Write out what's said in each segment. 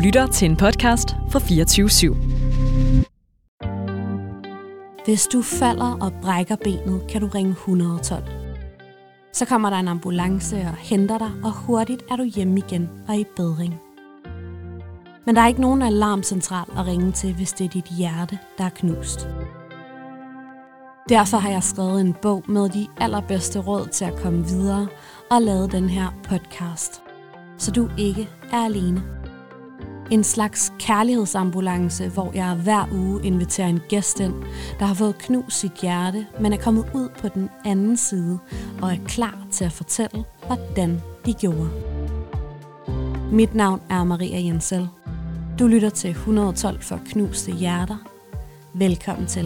lytter til en podcast fra 24/7. Hvis du falder og brækker benet, kan du ringe 112. Så kommer der en ambulance og henter dig, og hurtigt er du hjemme igen og i bedring. Men der er ikke nogen alarmcentral at ringe til, hvis det er dit hjerte, der er knust. Derfor har jeg skrevet en bog med de allerbedste råd til at komme videre og lavet den her podcast, så du ikke er alene. En slags kærlighedsambulance, hvor jeg hver uge inviterer en gæst ind, der har fået knust sit hjerte, men er kommet ud på den anden side og er klar til at fortælle, hvordan de gjorde. Mit navn er Maria Jensel. Du lytter til 112 for knuste hjerter. Velkommen til.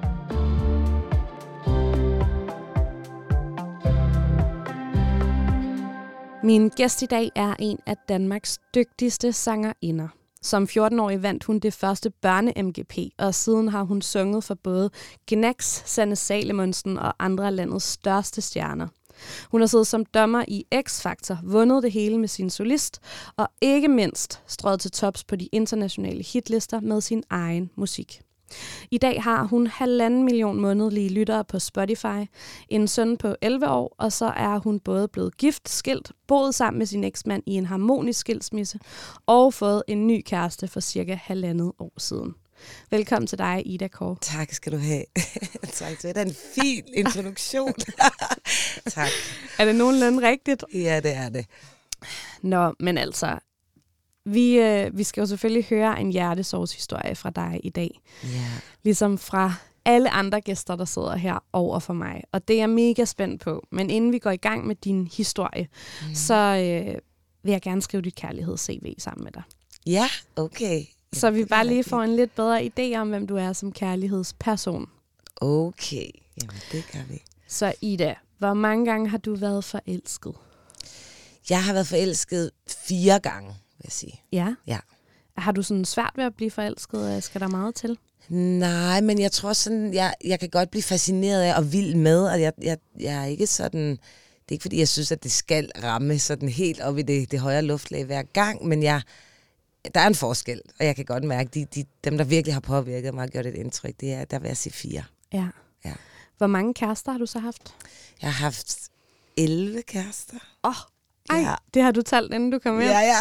Min gæst i dag er en af Danmarks dygtigste sangerinder. Som 14-årig vandt hun det første børne-MGP, og siden har hun sunget for både Gnex, Sanne Salomonsen og andre af landets største stjerner. Hun har siddet som dommer i X-Factor, vundet det hele med sin solist, og ikke mindst strøget til tops på de internationale hitlister med sin egen musik. I dag har hun 1,5 million månedlige lyttere på Spotify, en søn på 11 år, og så er hun både blevet gift, skilt, boet sammen med sin eksmand i en harmonisk skilsmisse, og fået en ny kæreste for cirka 1,5 år siden. Velkommen til dig, Ida Kåre. Tak skal du have. Tak, det er en fin introduktion. Tak. Er det nogenlunde rigtigt? Ja, det er det. Nå, men altså, vi skal jo selvfølgelig høre en hjertesorgshistorie fra dig i dag. Ja. Ligesom fra alle andre gæster, der sidder her over for mig. Og det er jeg mega spændt på. Men inden vi går i gang med din historie, så vil jeg gerne skrive dit kærligheds-CV sammen med dig. Ja, okay. Så vi bare lige får en lidt bedre idé om, hvem du er som kærlighedsperson. Okay, jamen det gør vi. Så Ida, hvor mange gange har du været forelsket? Jeg har været forelsket 4 gange, vil jeg sige. Ja? Ja. Har du sådan svært ved at blive forelsket? Skal der meget til? Nej, men jeg tror sådan, jeg kan godt blive fascineret af og vild med, og jeg er ikke sådan, det er ikke fordi, jeg synes, at det skal ramme sådan helt op i det højere luftlag hver gang, men der er en forskel, og jeg kan godt mærke, dem, der virkelig har påvirket mig og gjort et indtryk, der vil jeg sige 4. Ja. Ja. Hvor mange kærester har du så haft? Jeg har haft 11 kærester. Ja. Det har du talt, inden du kom hjem? Ja.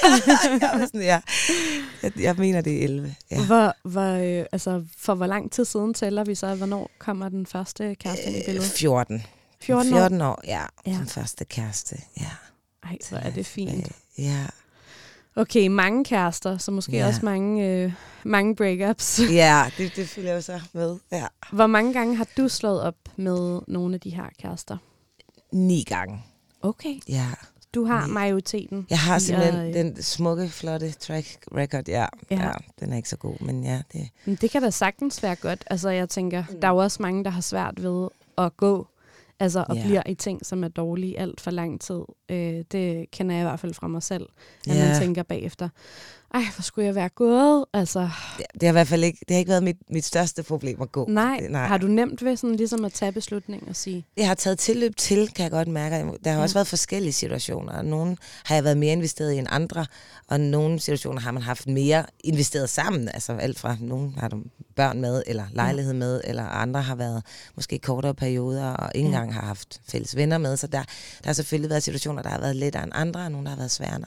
Jeg mener, det er 11. Ja. For hvor lang tid siden tæller vi så? Hvornår kommer den første kæreste i billedet? 14. 14 år, ja. Den første kæreste, ja. Ej, hvor er det fint. Ja. Okay, mange kærester, så måske også mange breakups. Ja, det følger jo så med. Ja. Hvor mange gange har du slået op med nogle af de her kærester? 9 gange. Okay. Ja. Du har majoriteten. Jeg har simpelthen den smukke, flotte track record, ja. Den er ikke så god, men ja. Det kan da sagtens være godt. Altså, jeg tænker, der er jo også mange, der har svært ved at gå, altså, og bliver i ting, som er dårlige alt for lang tid. Det kender jeg i hvert fald fra mig selv, at man tænker bagefter, ej, hvor skulle jeg være gået? Altså. Det har i hvert fald ikke været mit største problem at gå. Nej. Har du nemt ved sådan ligesom at tage beslutning og sige? Jeg har taget tilløb til, kan jeg godt mærke. Der har også været forskellige situationer. Nogle har jeg været mere investeret i end andre, og nogle situationer har man haft mere investeret sammen. Altså alt fra nogle har du børn med, eller lejlighed med, eller andre har været måske kortere perioder, og ikke engang har haft fælles venner med. Så der har selvfølgelig været situationer, der har været lettere end andre, og nogle, der har været sværere end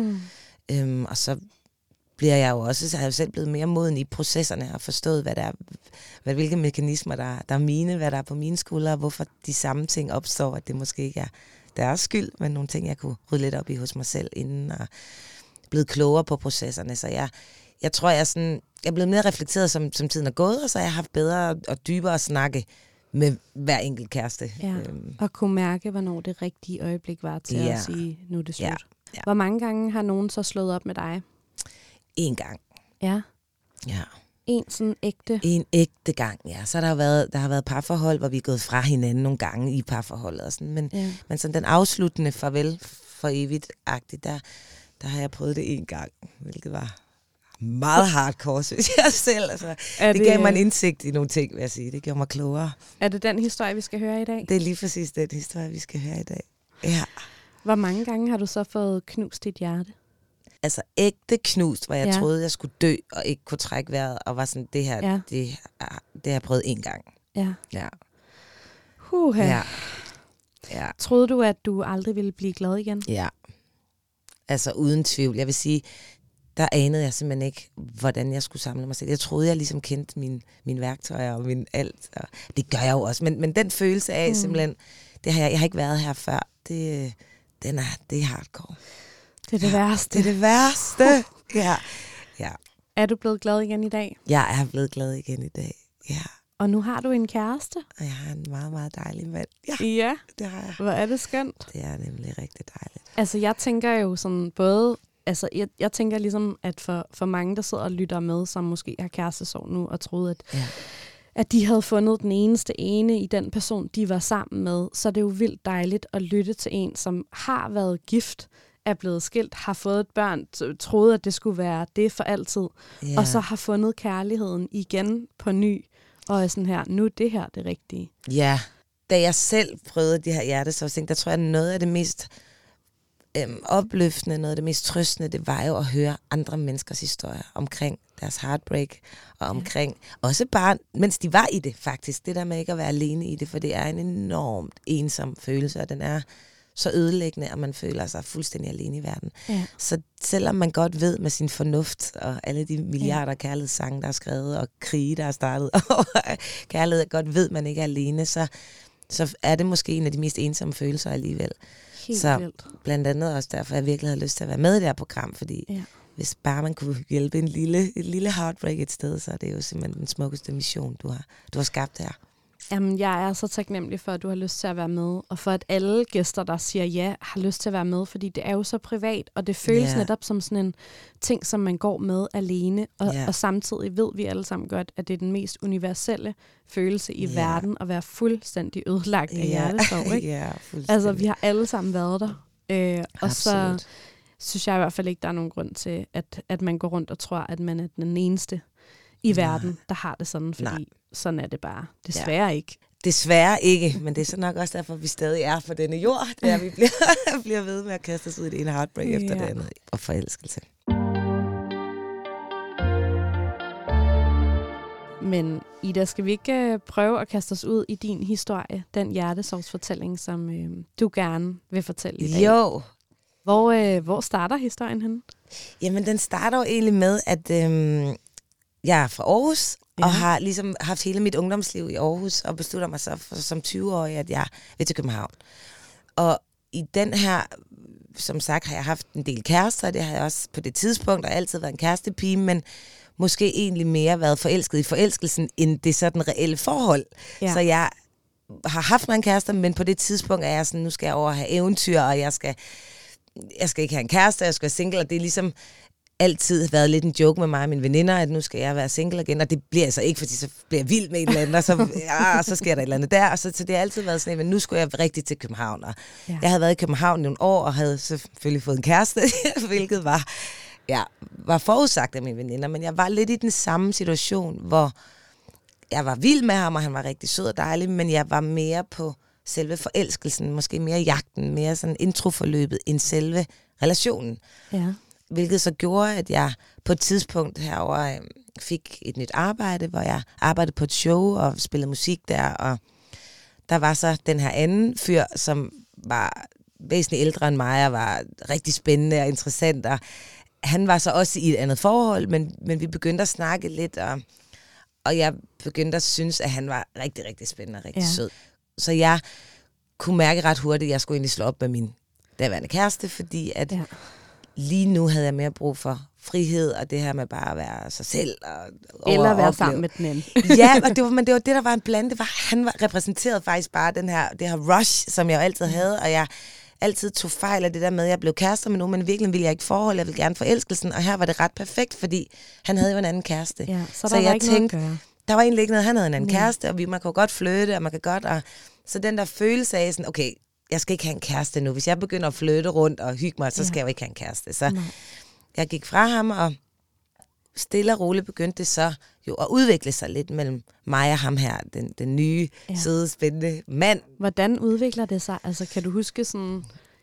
andre. Og så bliver jeg jo også, så har jeg jo selv blevet mere moden i processerne og forstået, hvilke mekanismer, der er mine, hvad der er på mine skuldre, og hvorfor de samme ting opstår, at det måske ikke er deres skyld, men nogle ting, jeg kunne rydde lidt op i hos mig selv inden, og blevet klogere på processerne. Så jeg tror, jeg er blevet mere reflekteret, som tiden er gået, og så har jeg haft bedre og dybere snakke med hver enkelt kæreste. Ja, og kunne mærke, hvornår det rigtige øjeblik var til at sige, nu er det slut. Ja. Hvor mange gange har nogen så slået op med dig? 1 gang. Ja. Ja. En sådan ægte? En ægte gang, ja. Så der har været parforhold, hvor vi er gået fra hinanden nogle gange i parforholdet og sådan. Men sådan den afsluttende farvel for evigt-agtigt, der har jeg prøvet det 1 gang, hvilket var meget hardcore, synes jeg selv. Altså, det gav mig en indsigt i nogle ting, vil jeg sige. Det gjorde mig klogere. Er det den historie, vi skal høre i dag? Det er lige præcis den historie, vi skal høre i dag. Ja. Hvor mange gange har du så fået knust dit hjerte? altså ægte knust, hvor jeg troede, jeg skulle dø, og ikke kunne trække vejret, og var sådan, det her, det har jeg prøvet en gang. Ja. Ja. Ja. Ja. Troede du, at du aldrig ville blive glad igen? Ja. Altså uden tvivl. Jeg vil sige, der anede jeg simpelthen ikke, hvordan jeg skulle samle mig selv. Jeg troede, jeg ligesom kendte mine værktøjer og min alt. Og det gør jeg jo også. Men den følelse af simpelthen, jeg har ikke været her før. Det er hardcore. Det er det værste. Det er det værste. Ja. Er du blevet glad igen i dag? Jeg er blevet glad igen i dag. Ja. Og nu har du en kæreste? Og jeg har en meget, meget dejlig mand. Ja. Det har jeg. Hvor er det skønt. Det er nemlig rigtig dejligt. Altså, jeg tænker jo sådan både... Altså, jeg tænker ligesom, at for mange, der sidder og lytter med, som måske har kærestesorg nu, og troede, at de havde fundet den eneste ene i den person, de var sammen med, så er det jo vildt dejligt at lytte til en, som har været gift, er blevet skilt, har fået et børn, troede, at det skulle være det for altid, og så har fundet kærligheden igen på ny, og er sådan her, nu er det her det rigtige. Ja, da jeg selv prøvede de her hjertesorgsting, der tror jeg, noget af det mest opløftende, noget af det mest trøstende, det var jo at høre andre menneskers historier omkring deres heartbreak, og omkring, også bare, mens de var i det faktisk, det der med ikke at være alene i det, for det er en enormt ensom følelse, og den er så ødelæggende, at man føler sig fuldstændig alene i verden. Ja. Så selvom man godt ved med sin fornuft, og alle de milliarder kærlighedssange, der er skrevet, og krige, der er startet, og kærlighed, godt ved, man ikke er alene, så er det måske en af de mest ensomme følelser alligevel. Helt så vildt. Blandt andet også derfor, jeg virkelig havde lyst til at være med i det her program, fordi hvis bare man kunne hjælpe et lille heartbreak et sted, så er det jo simpelthen den smukkeste mission, du har skabt her. Jamen, jeg er så taknemmelig for, at du har lyst til at være med, og for at alle gæster, der siger ja, har lyst til at være med, fordi det er jo så privat, og det føles netop som sådan en ting, som man går med alene, og samtidig ved vi alle sammen godt, at det er den mest universelle følelse i verden, at være fuldstændig ødelagt af hjertesorg, ikke? Ja, altså, vi har alle sammen været der, og absolut. så synes jeg i hvert fald ikke, der er nogen grund til, at man går rundt og tror, at man er den eneste i verden, der har det sådan, fordi sådan er det bare. Desværre ikke. Desværre ikke, men det er så nok også derfor, vi stadig er på denne jord. Det er, vi bliver ved med at kaste os ud i det ene heartbreak efter det andet, og forelskelse. Men Ida, skal vi ikke prøve at kaste os ud i din historie, den hjertesorgsfortælling, som du gerne vil fortælle i dag? Jo. Hvor starter historien henne? Jamen, den starter jo egentlig med, at jeg er fra Aarhus, og har ligesom haft hele mit ungdomsliv i Aarhus, og beslutter mig så som 20-årig, at jeg vil til København. Og i den her, som sagt, har jeg haft en del kærester, og det har jeg også på det tidspunkt, og altid været en kærestepige, men måske egentlig mere været forelsket i forelskelsen, end det sådan reelle forhold. Ja. Så jeg har haft mig en kæreste, men på det tidspunkt er jeg sådan, nu skal jeg over have eventyr, og jeg skal ikke have en kæreste, jeg skal være single, og det er ligesom altid været lidt en joke med mig og mine veninder, at nu skal jeg være single igen, og det bliver jeg så ikke, fordi så bliver jeg vild med et eller andet, og så sker der et eller andet der, og så det har altid været sådan, men nu skulle jeg rigtig til København, og jeg havde været i København nogle år, og havde selvfølgelig fået en kæreste, hvilket var forudsagt af mine veninder, men jeg var lidt i den samme situation, hvor jeg var vild med ham, og han var rigtig sød og dejlig, men jeg var mere på selve forelskelsen, måske mere jagten, mere sådan introforløbet, end selve relationen. Ja. Hvilket så gjorde, at jeg på et tidspunkt herover fik et nyt arbejde, hvor jeg arbejdede på et show og spillede musik der, og der var så den her anden fyr, som var væsentligt ældre end mig, og var rigtig spændende og interessant, og han var så også i et andet forhold, men vi begyndte at snakke lidt, og jeg begyndte at synes, at han var rigtig, rigtig spændende og rigtig sød. Så jeg kunne mærke ret hurtigt, at jeg skulle egentlig slå op med min daværende kæreste, fordi at lige nu havde jeg mere brug for frihed, og det her med bare at være sig selv. Eller være sammen med den anden. Ja, men det var det, der var en blande. Han repræsenterede faktisk bare det her rush, som jeg jo altid havde, og jeg altid tog fejl af det der med, at jeg blev kærester med nogen, men virkelig ville jeg ikke forhold, jeg ville gerne forelskelsen, og her var det ret perfekt, fordi han havde jo en anden kæreste. Ja, så jeg tænkte, der var egentlig ikke noget, han havde en anden kæreste, og man kunne godt flytte, og man kan godt, så den der følelse af sådan, okay, jeg skal ikke have en kæreste nu. Hvis jeg begynder at flytte rundt og hygge mig, så skal jeg jo ikke have en kæreste. Så jeg gik fra ham, og stille og roligt begyndte det så jo at udvikle sig lidt mellem mig og ham her, den nye, søde, spændende mand. Hvordan udvikler det sig? Altså, kan du huske sådan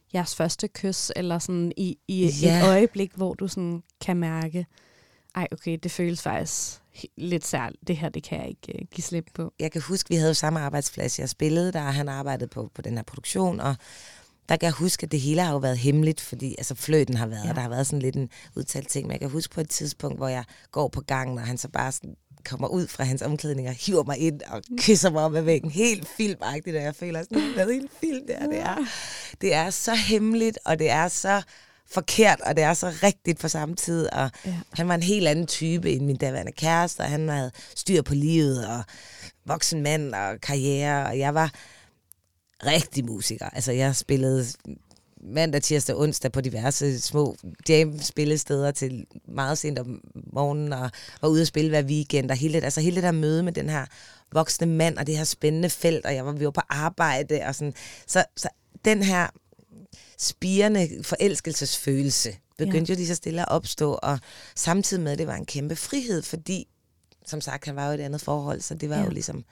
jeres første kys, eller sådan i et øjeblik, hvor du sådan kan mærke, ej okay, det føles faktisk lidt særligt, det her, det kan jeg ikke give slip på. Jeg kan huske, vi havde jo samme arbejdsplads, jeg spillede der, han arbejdede på den her produktion, og der kan jeg huske, at det hele har jo været hemmeligt, fordi altså fløjten har været, og der har været sådan lidt en udtalt ting, men jeg kan huske på et tidspunkt, hvor jeg går på gangen, og han så bare sådan kommer ud fra hans omklædning og hiver mig ind og kysser mig op ad væggen. Helt filmagtigt, og jeg føler sådan, hvad er en film der? Det er så hemmeligt, og det er så forkert, og det er så rigtigt på samme tid, og han var en helt anden type end min daværende kæreste, og han havde styr på livet, og voksen mand, og karriere, og jeg var rigtig musiker. Altså, jeg spillede mandag, tirsdag, onsdag på diverse små jam-spillesteder til meget sent om morgenen, og var ude at spille hver weekend, og hele det der møde med den her voksne mand, og det her spændende felt, og vi var på arbejde, og sådan. Så den her spirende forelskelsesfølelse begyndte jo lige så stille at opstå, og samtidig med, at det var en kæmpe frihed, fordi, som sagt, han var jo et andet forhold, så det var jo ligesom.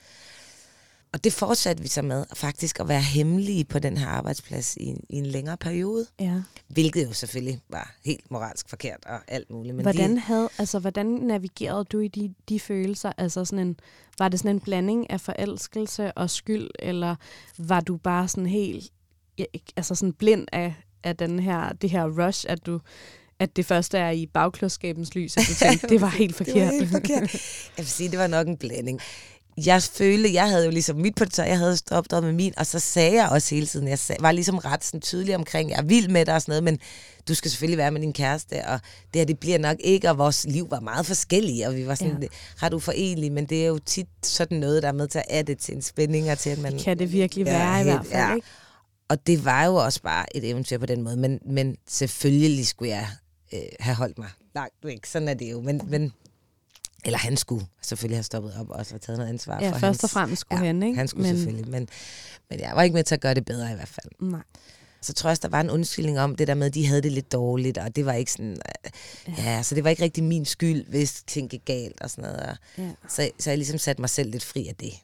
Og det fortsatte vi så med, faktisk at være hemmelige på den her arbejdsplads i en længere periode. Ja. Hvilket jo selvfølgelig var helt moralsk forkert og alt muligt. Men hvordan navigerede du i de følelser? Altså var det sådan en blanding af forelskelse og skyld, eller var du bare sådan helt sådan blind af det her rush, at det første er i bagklodskabens lys, at du tænkte, det var helt forkert. Det var helt forkert. Jeg vil sige, det var nok en blanding. Jeg følte, jeg havde jo ligesom mit på det tøj, jeg havde stoppet med min, og så sagde jeg også hele tiden, jeg var ligesom ret sådan tydelig omkring, jeg er vild med dig og sådan noget, men du skal selvfølgelig være med din kæreste, og det her, det bliver nok ikke, og vores liv var meget forskellige, og vi var sådan ret uforenelige, men det er jo tit sådan noget, der er med til at adde til en spænding, og til at man. Kan det virkelig være i hvert fald, ikke? Og det var jo også bare et eventyr på den måde, men selvfølgelig skulle jeg have holdt mig langt væk, sådan er det jo, men eller han skulle selvfølgelig have stoppet op og også have taget noget ansvar for hans. Ja, først og fremmest skulle han, ikke? Han skulle selvfølgelig, men jeg var ikke med til at gøre det bedre i hvert fald. Nej. Så tror jeg også, der var en undskyldning om det der med, at de havde det lidt dårligt, og det var ikke sådan, så det var ikke rigtig min skyld, hvis ting gik galt og sådan noget. Og så jeg ligesom satte mig selv lidt fri af det.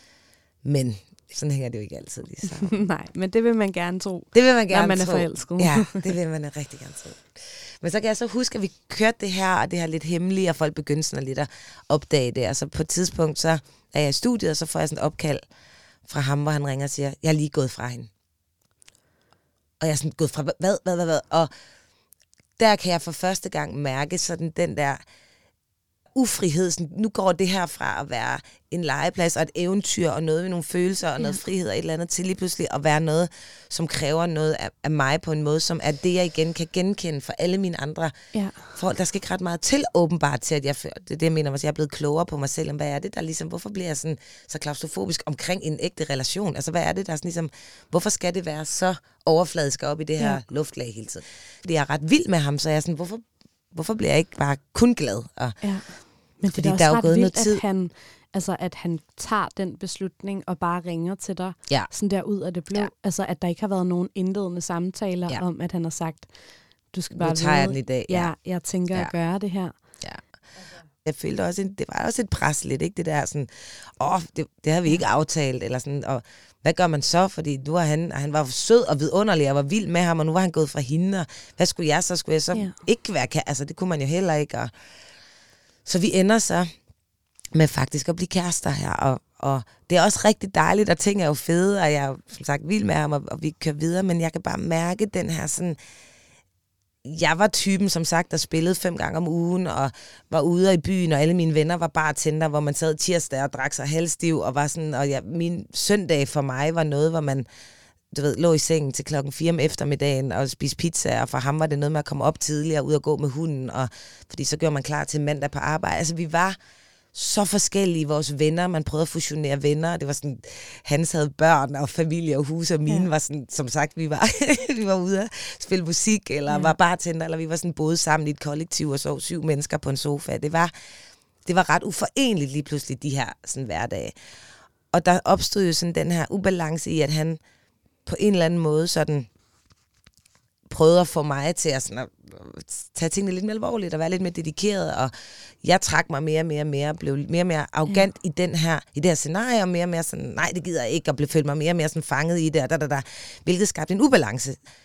Men sådan hænger det jo ikke altid lige sammen. Nej, men det vil man gerne tro. Det vil man gerne når man tro. Er forelsket. Ja, det vil man rigtig gerne tro. Men så kan jeg så huske, at vi kørte det her, og det her lidt hemmelige, og folk begyndte sådan lidt at opdage det. Og så på et tidspunkt, så er jeg i studiet, og så får jeg sådan et opkald fra ham, hvor han ringer og siger, jeg er lige gået fra hende. Og jeg er sådan, gået fra hvad? Og der kan jeg for første gang mærke sådan den der ufrihed. Sådan, nu går det her fra at være en legeplads og et eventyr og noget med nogle følelser og noget frihed og et eller andet til lige pludselig at være noget, som kræver noget af mig på en måde, som er det, jeg igen kan genkende for alle mine andre forhold. Der skal ikke ret meget til åbenbart til, at det er det, jeg mener, at jeg er blevet klogere på mig selv, om hvad er det, der ligesom, hvorfor bliver jeg sådan så klaustrofobisk omkring en ægte relation? Altså, hvad er det, der sådan ligesom, hvorfor skal det være så overfladisk op i det her luftlag hele tiden? Fordi jeg er ret vild med ham, så jeg er sådan, hvorfor bliver jeg ikke bare kun glad? Og, men det er også ret vildt, at han tager den beslutning og bare ringer til dig, sådan der ud af det blå. Ja. Altså, at der ikke har været nogen indledende samtaler om, at han har sagt, du skal bare tager jeg den i dag. Jeg tænker at gøre det her. Ja. Jeg følte også, det var også et pres lidt, ikke? Det der sådan, det har vi ikke aftalt, eller sådan, og hvad gør man så? Fordi nu er han var sød og vidunderlig, og var vild med ham, og nu var han gået fra hende, og hvad skulle jeg så? Skulle jeg så ikke være altså det kunne man jo heller ikke. Og så vi ender så med faktisk at blive kærester her, og det er også rigtig dejligt, og ting er jo fede, og jeg er som sagt vild med ham, og vi kører videre, men jeg kan bare mærke den her sådan. Jeg var typen, som sagt, der spillede 5 gange om ugen, og var ude i byen, og alle mine venner var bartender, hvor man sad tirsdag og drak sig halvstiv, og var sådan, og min søndag for mig var noget, hvor man, lå i sengen til 4:00 om eftermiddagen og spiste pizza, og for ham var det noget med at komme op tidligere, ud og gå med hunden, og fordi så gjorde man klar til mandag på arbejde. Altså, vi var så forskellige, vores venner. Man prøvede at fusionere venner. Det var sådan, hans havde børn og familie og hus, og mine var sådan, som sagt, vi var ude at spille musik, eller var bartender, eller vi var sådan boede sammen i et kollektiv og sov 7 mennesker på en sofa. Det var ret uforeneligt lige pludselig, de her sådan hverdage. Og der opstod jo sådan den her ubalance i, at han på en eller anden måde sådan prøvede at få mig til at tage tingene lidt mere alvorligt og være lidt mere dedikeret, og jeg trak mig mere og mere, blev mere og mere arrogant i det her scenarie, og mere og mere sådan, nej, det gider jeg ikke, og følte mig mere og mere sådan fanget i det, hvilket skabte en ubalance.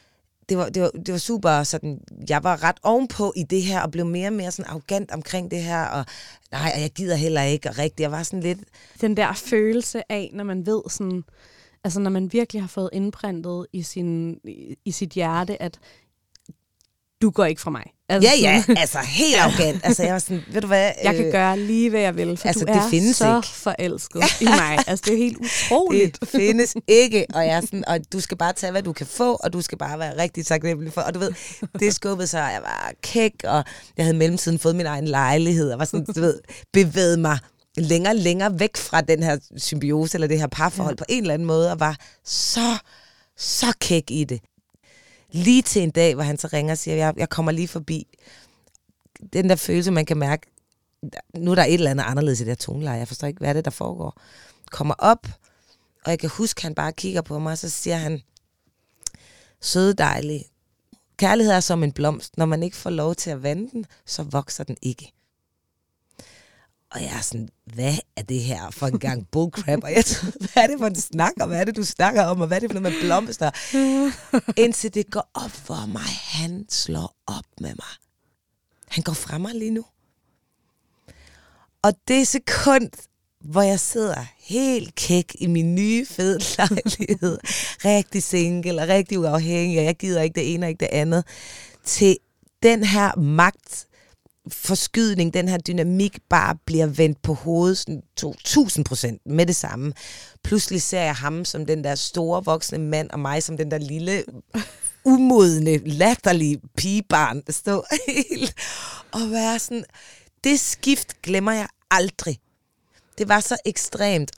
det var super sådan, jeg var ret ovenpå i det her, og blev mere og mere sådan arrogant omkring det her, og nej, jeg gider heller ikke, og rigtigt, jeg var sådan lidt... Den der følelse af, når man ved sådan, altså når man virkelig har fået indprintet i sit hjerte, at du går ikke fra mig. Altså, ja, altså helt arrogant. Altså jeg var sådan, ved du hvad? Jeg kan gøre lige, hvad jeg vil, for altså, du er så ikke forelsket i mig. Altså det er helt utroligt. Det findes ikke, og jeg er sådan, og du skal bare tage, hvad du kan få, og du skal bare være rigtig taknemmelig for. Og du ved, det skubbede sig, jeg var kæk, og jeg havde i mellemtiden fået min egen lejlighed, og var sådan, du ved, bevæget mig længere væk fra den her symbiose, eller det her parforhold på en eller anden måde, og var så kæk i det. Lige til en dag, hvor han så ringer og siger, jeg kommer lige forbi. Den der følelse, man kan mærke, nu er der et eller andet anderledes i det her toneleje. Jeg forstår ikke, hvad er det, der foregår. Kommer op, og jeg kan huske, at han bare kigger på mig, og så siger han, søde dejlig, kærlighed er som en blomst. Når man ikke får lov til at vande den, så vokser den ikke. Og jeg er sådan, hvad er det her for en gang bullcrap? Og jeg troede, hvad er det for en snak, og hvad er det, du snakker om, og hvad er det for noget med blomster? Indtil det går op for mig, han slår op med mig. Han går fra mig lige nu. Og det sekund, hvor jeg sidder helt kæk i min nye fede lejlighed, rigtig single og rigtig uafhængig, og jeg gider ikke det ene og ikke det andet, til den her magtforskydning, den her dynamik bare bliver vendt på hovedet 2000% med det samme. Pludselig ser jeg ham som den der store voksne mand, og mig som den der lille umodne, latterlige pigebarn, der står helt og være sådan. Det skift glemmer jeg aldrig. Det var så ekstremt.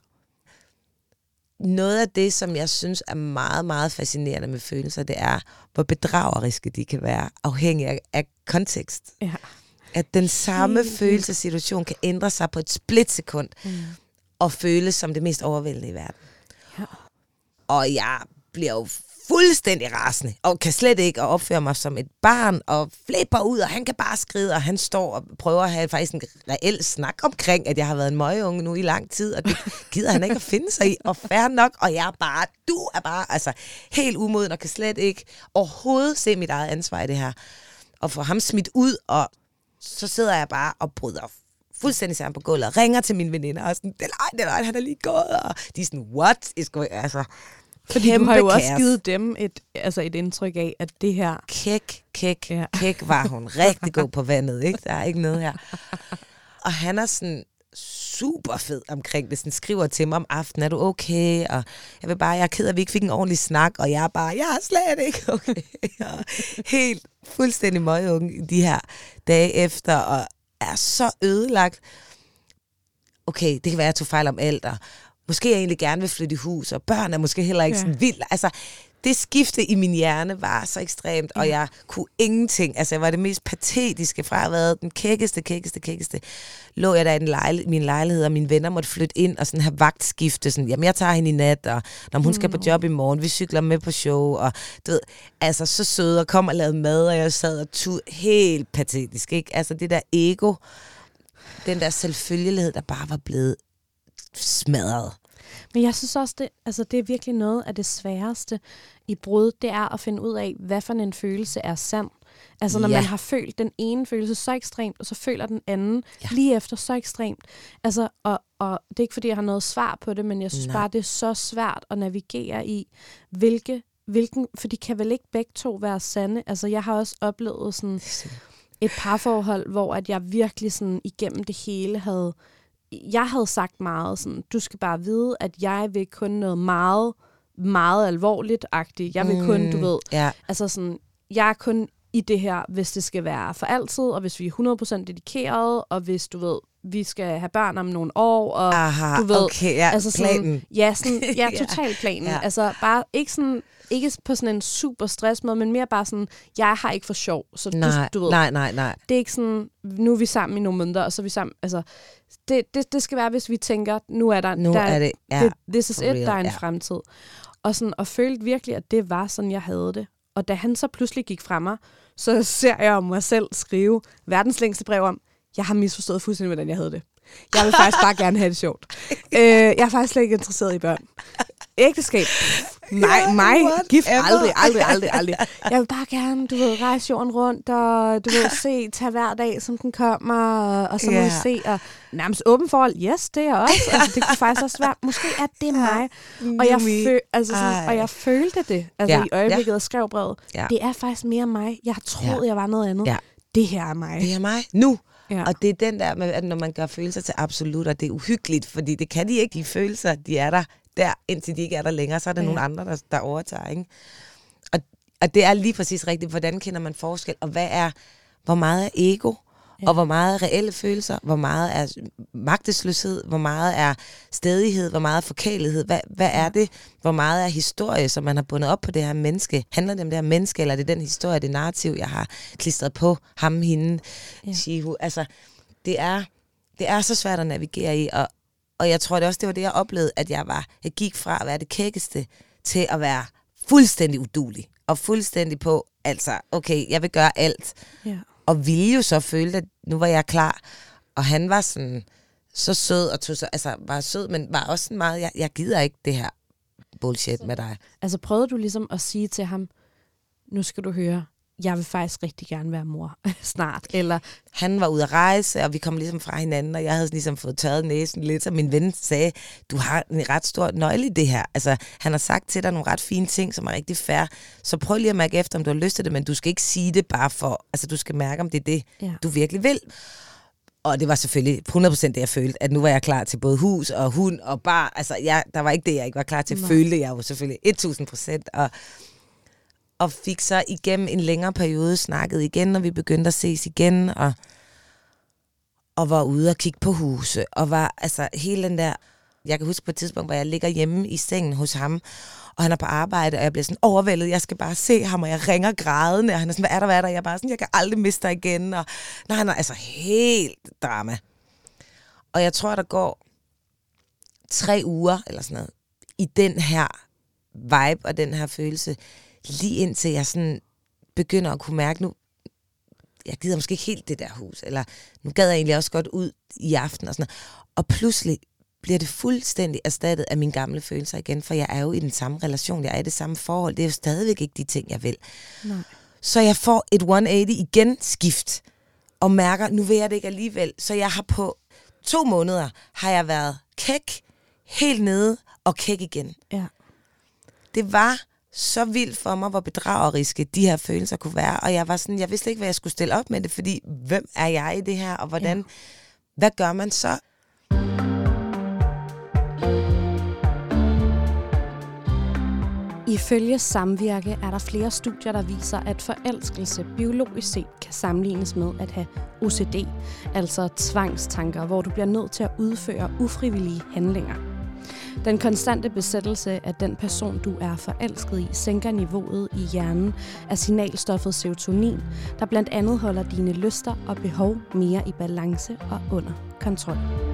Noget af det, som jeg synes er meget, meget fascinerende med følelser, det er, hvor bedrageriske de kan være, afhængig af kontekst. Ja. At den samme følelsessituation kan ændre sig på et splitsekund, og føles som det mest overvældende i verden. Ja. Og jeg bliver jo fuldstændig rasende, og kan slet ikke opføre mig som et barn, og flipper ud, og han kan bare skride, og han står og prøver at have faktisk en reel snak omkring, at jeg har været en møgeunge nu i lang tid, og det gider han ikke at finde sig i, og fair nok, og jeg er bare, du er bare altså helt umoden, og kan slet ikke overhovedet se mit eget ansvar i det her. Og få ham smidt ud, og så sidder jeg bare og bryder fuldstændig sammen på gulvet, og ringer til mine veninder, og sådan, det er løgn, han er lige gået, og de er sådan, what is going, altså. Fordi du har jo også givet dem et indtryk af, at det her... Kæk var hun. Rigtig god på vandet, ikke? Der er ikke noget her. Og han er sådan super fed omkring det. Sådan skriver til mig om aftenen, er du okay? Og jeg er ked af, at vi ikke fik en ordentlig snak, og jeg er slet ikke okay. Helt fuldstændig møgeunge de her dage efter, og er så ødelagt. Okay, det kan være, at jeg tog fejl om alt, og måske jeg egentlig gerne vil flytte i hus, og børn er måske heller ikke sådan vildt. Altså, det skifte i min hjerne var så ekstremt, og jeg kunne ingenting. Altså, jeg var det mest patetiske fra at have været den kækkeste. Lå jeg der i min lejlighed, og mine venner måtte flytte ind og sådan have vagtskifte. Sådan, jamen, jeg tager hende i nat, og når hun skal på job i morgen, vi cykler med på show, og du ved, altså, så søde, og kom og lavede mad, og jeg sad og tog helt patetisk, ikke? Altså, det der ego, den der selvfølgelighed, der bare var blevet smadret. Men jeg synes også, det er virkelig noget af det sværeste i brud, det er at finde ud af, hvad for en følelse er sand. Altså når man har følt den ene følelse så ekstremt, og så føler den anden lige efter så ekstremt. Altså, og det er ikke fordi, jeg har noget svar på det, men jeg synes bare, det er så svært at navigere i, hvilken, for de kan vel ikke begge to være sande. Altså jeg har også oplevet sådan et parforhold, hvor at jeg virkelig sådan igennem det hele havde sagt meget sådan, du skal bare vide, at jeg vil kun noget meget, meget alvorligt-agtigt. Jeg vil kun, du ved, altså sådan, jeg er kun i det her, hvis det skal være for altid, og hvis vi er 100% dedikeret, og hvis, du ved, vi skal have børn om nogle år, og du ved, altså sådan, planen. Total planen. Ja. Altså bare ikke sådan, ikke på sådan en super stressmåde, men mere bare sådan, jeg har ikke for sjov. Så du ved, nej. Det er ikke sådan, nu er vi sammen i nogle måneder, og så er vi sammen, altså, det skal være, hvis vi tænker, nu er der, this is it, der er en fremtid. Og sådan, og følte virkelig, at det var sådan, jeg havde det. Og da han så pludselig gik fra mig, så ser jeg mig selv skrive verdens længste brev om, jeg har misforstået fuldstændig, hvordan jeg havde det. Jeg vil faktisk bare gerne have det sjovt. Jeg er faktisk slet ikke interesseret i børn. Ægteskab. mig, gift, aldrig. Jeg vil bare gerne, du ved, rejse jorden rundt, og du ved, tage hver dag, som den kommer, og så må vi se, og nærmest åben forhold, yes, det er også, altså det kunne faktisk også være, måske er det mig, og jeg følte det, altså i øjeblikket, jeg skrev brevet, det er faktisk mere mig, jeg troede, jeg var noget andet, det her er mig. Det er mig, nu. Ja. Og det er den der med, at når man gør følelser til absolutter, det er uhyggeligt, fordi det kan de ikke, de følelser, de er der, indtil de ikke er der længere, så er der nogle andre, der overtager, ikke? Og det er lige præcis rigtigt, hvordan kender man forskel, og hvor meget er ego, og hvor meget er reelle følelser, hvor meget er magtesløshed, hvor meget er stædighed, hvor meget er forkælighed, hvad er det, hvor meget er historie, som man har bundet op på det her menneske. Handler det om det her menneske, eller er det den historie, det narrativ, jeg har klistret på ham, hende, Shihu? Altså, det er så svært at navigere i, og jeg tror det også, det var det, jeg oplevede, at jeg gik fra at være det kækkeste, til at være fuldstændig uduelig, og fuldstændig på, altså, okay, jeg vil gøre alt. Ja. Og ville jo så føle, at nu var jeg klar. Og han var sådan så sød, og var sød, men var også sådan meget, jeg gider ikke det her bullshit med dig. Altså prøvede du ligesom at sige til ham, nu skal du høre, jeg vil faktisk rigtig gerne være mor snart, eller... Han var ude at rejse, og vi kom ligesom fra hinanden, og jeg havde ligesom fået tørret næsen lidt, og min ven sagde, du har en ret stor nøgle i det her. Altså, han har sagt til dig nogle ret fine ting, som er rigtig fair, så prøv lige at mærke efter, om du har lyst til det, men du skal ikke sige det bare for... Altså, du skal mærke, om det er det, du virkelig vil. Og det var selvfølgelig 100% det, jeg følte, at nu var jeg klar til både hus og hund og bar. Altså, der var ikke det, jeg ikke var klar til. Følte jeg jo selvfølgelig 1000%, og fik så igennem en længere periode snakket igen, når vi begyndte at ses igen, og var ude og kigge på huse, og var altså hele den der... Jeg kan huske på et tidspunkt, hvor jeg ligger hjemme i sengen hos ham, og han er på arbejde, og jeg bliver sådan overvældet, jeg skal bare se ham, og jeg ringer grædende, og han er sådan, hvad er der? Jeg er bare sådan, jeg kan aldrig miste dig igen, og når han er altså helt drama. Og jeg tror, der går 3 uger, eller sådan noget, i den her vibe, og den her følelse, lige indtil jeg sådan begynder at kunne mærke, nu, jeg gider måske ikke helt det der hus, eller nu gad jeg egentlig også godt ud i aften, og sådan noget. Og pludselig bliver det fuldstændig erstattet af mine gamle følelser igen, for jeg er jo i den samme relation, jeg er i det samme forhold, det er jo stadigvæk ikke de ting, jeg vil. Nej. Så jeg får et 180 igen skift, og mærker, nu vil jeg det ikke alligevel. Så jeg har på 2 måneder, har jeg været kæk, helt nede, og kæk igen. Ja. Det var så vildt for mig, hvor bedrageriske de her følelser kunne være, og jeg var sådan, jeg vidste ikke, hvad jeg skulle stille op med det, fordi hvem er jeg i det her, og hvordan, hvad gør man så? Ifølge Samvirke er der flere studier, der viser, at forelskelse biologisk set kan sammenlignes med at have OCD, altså tvangstanker, hvor du bliver nødt til at udføre ufrivillige handlinger. Den konstante besættelse af den person, du er forelsket i, sænker niveauet i hjernen af signalstoffet serotonin, der blandt andet holder dine lyster og behov mere i balance og under kontrol.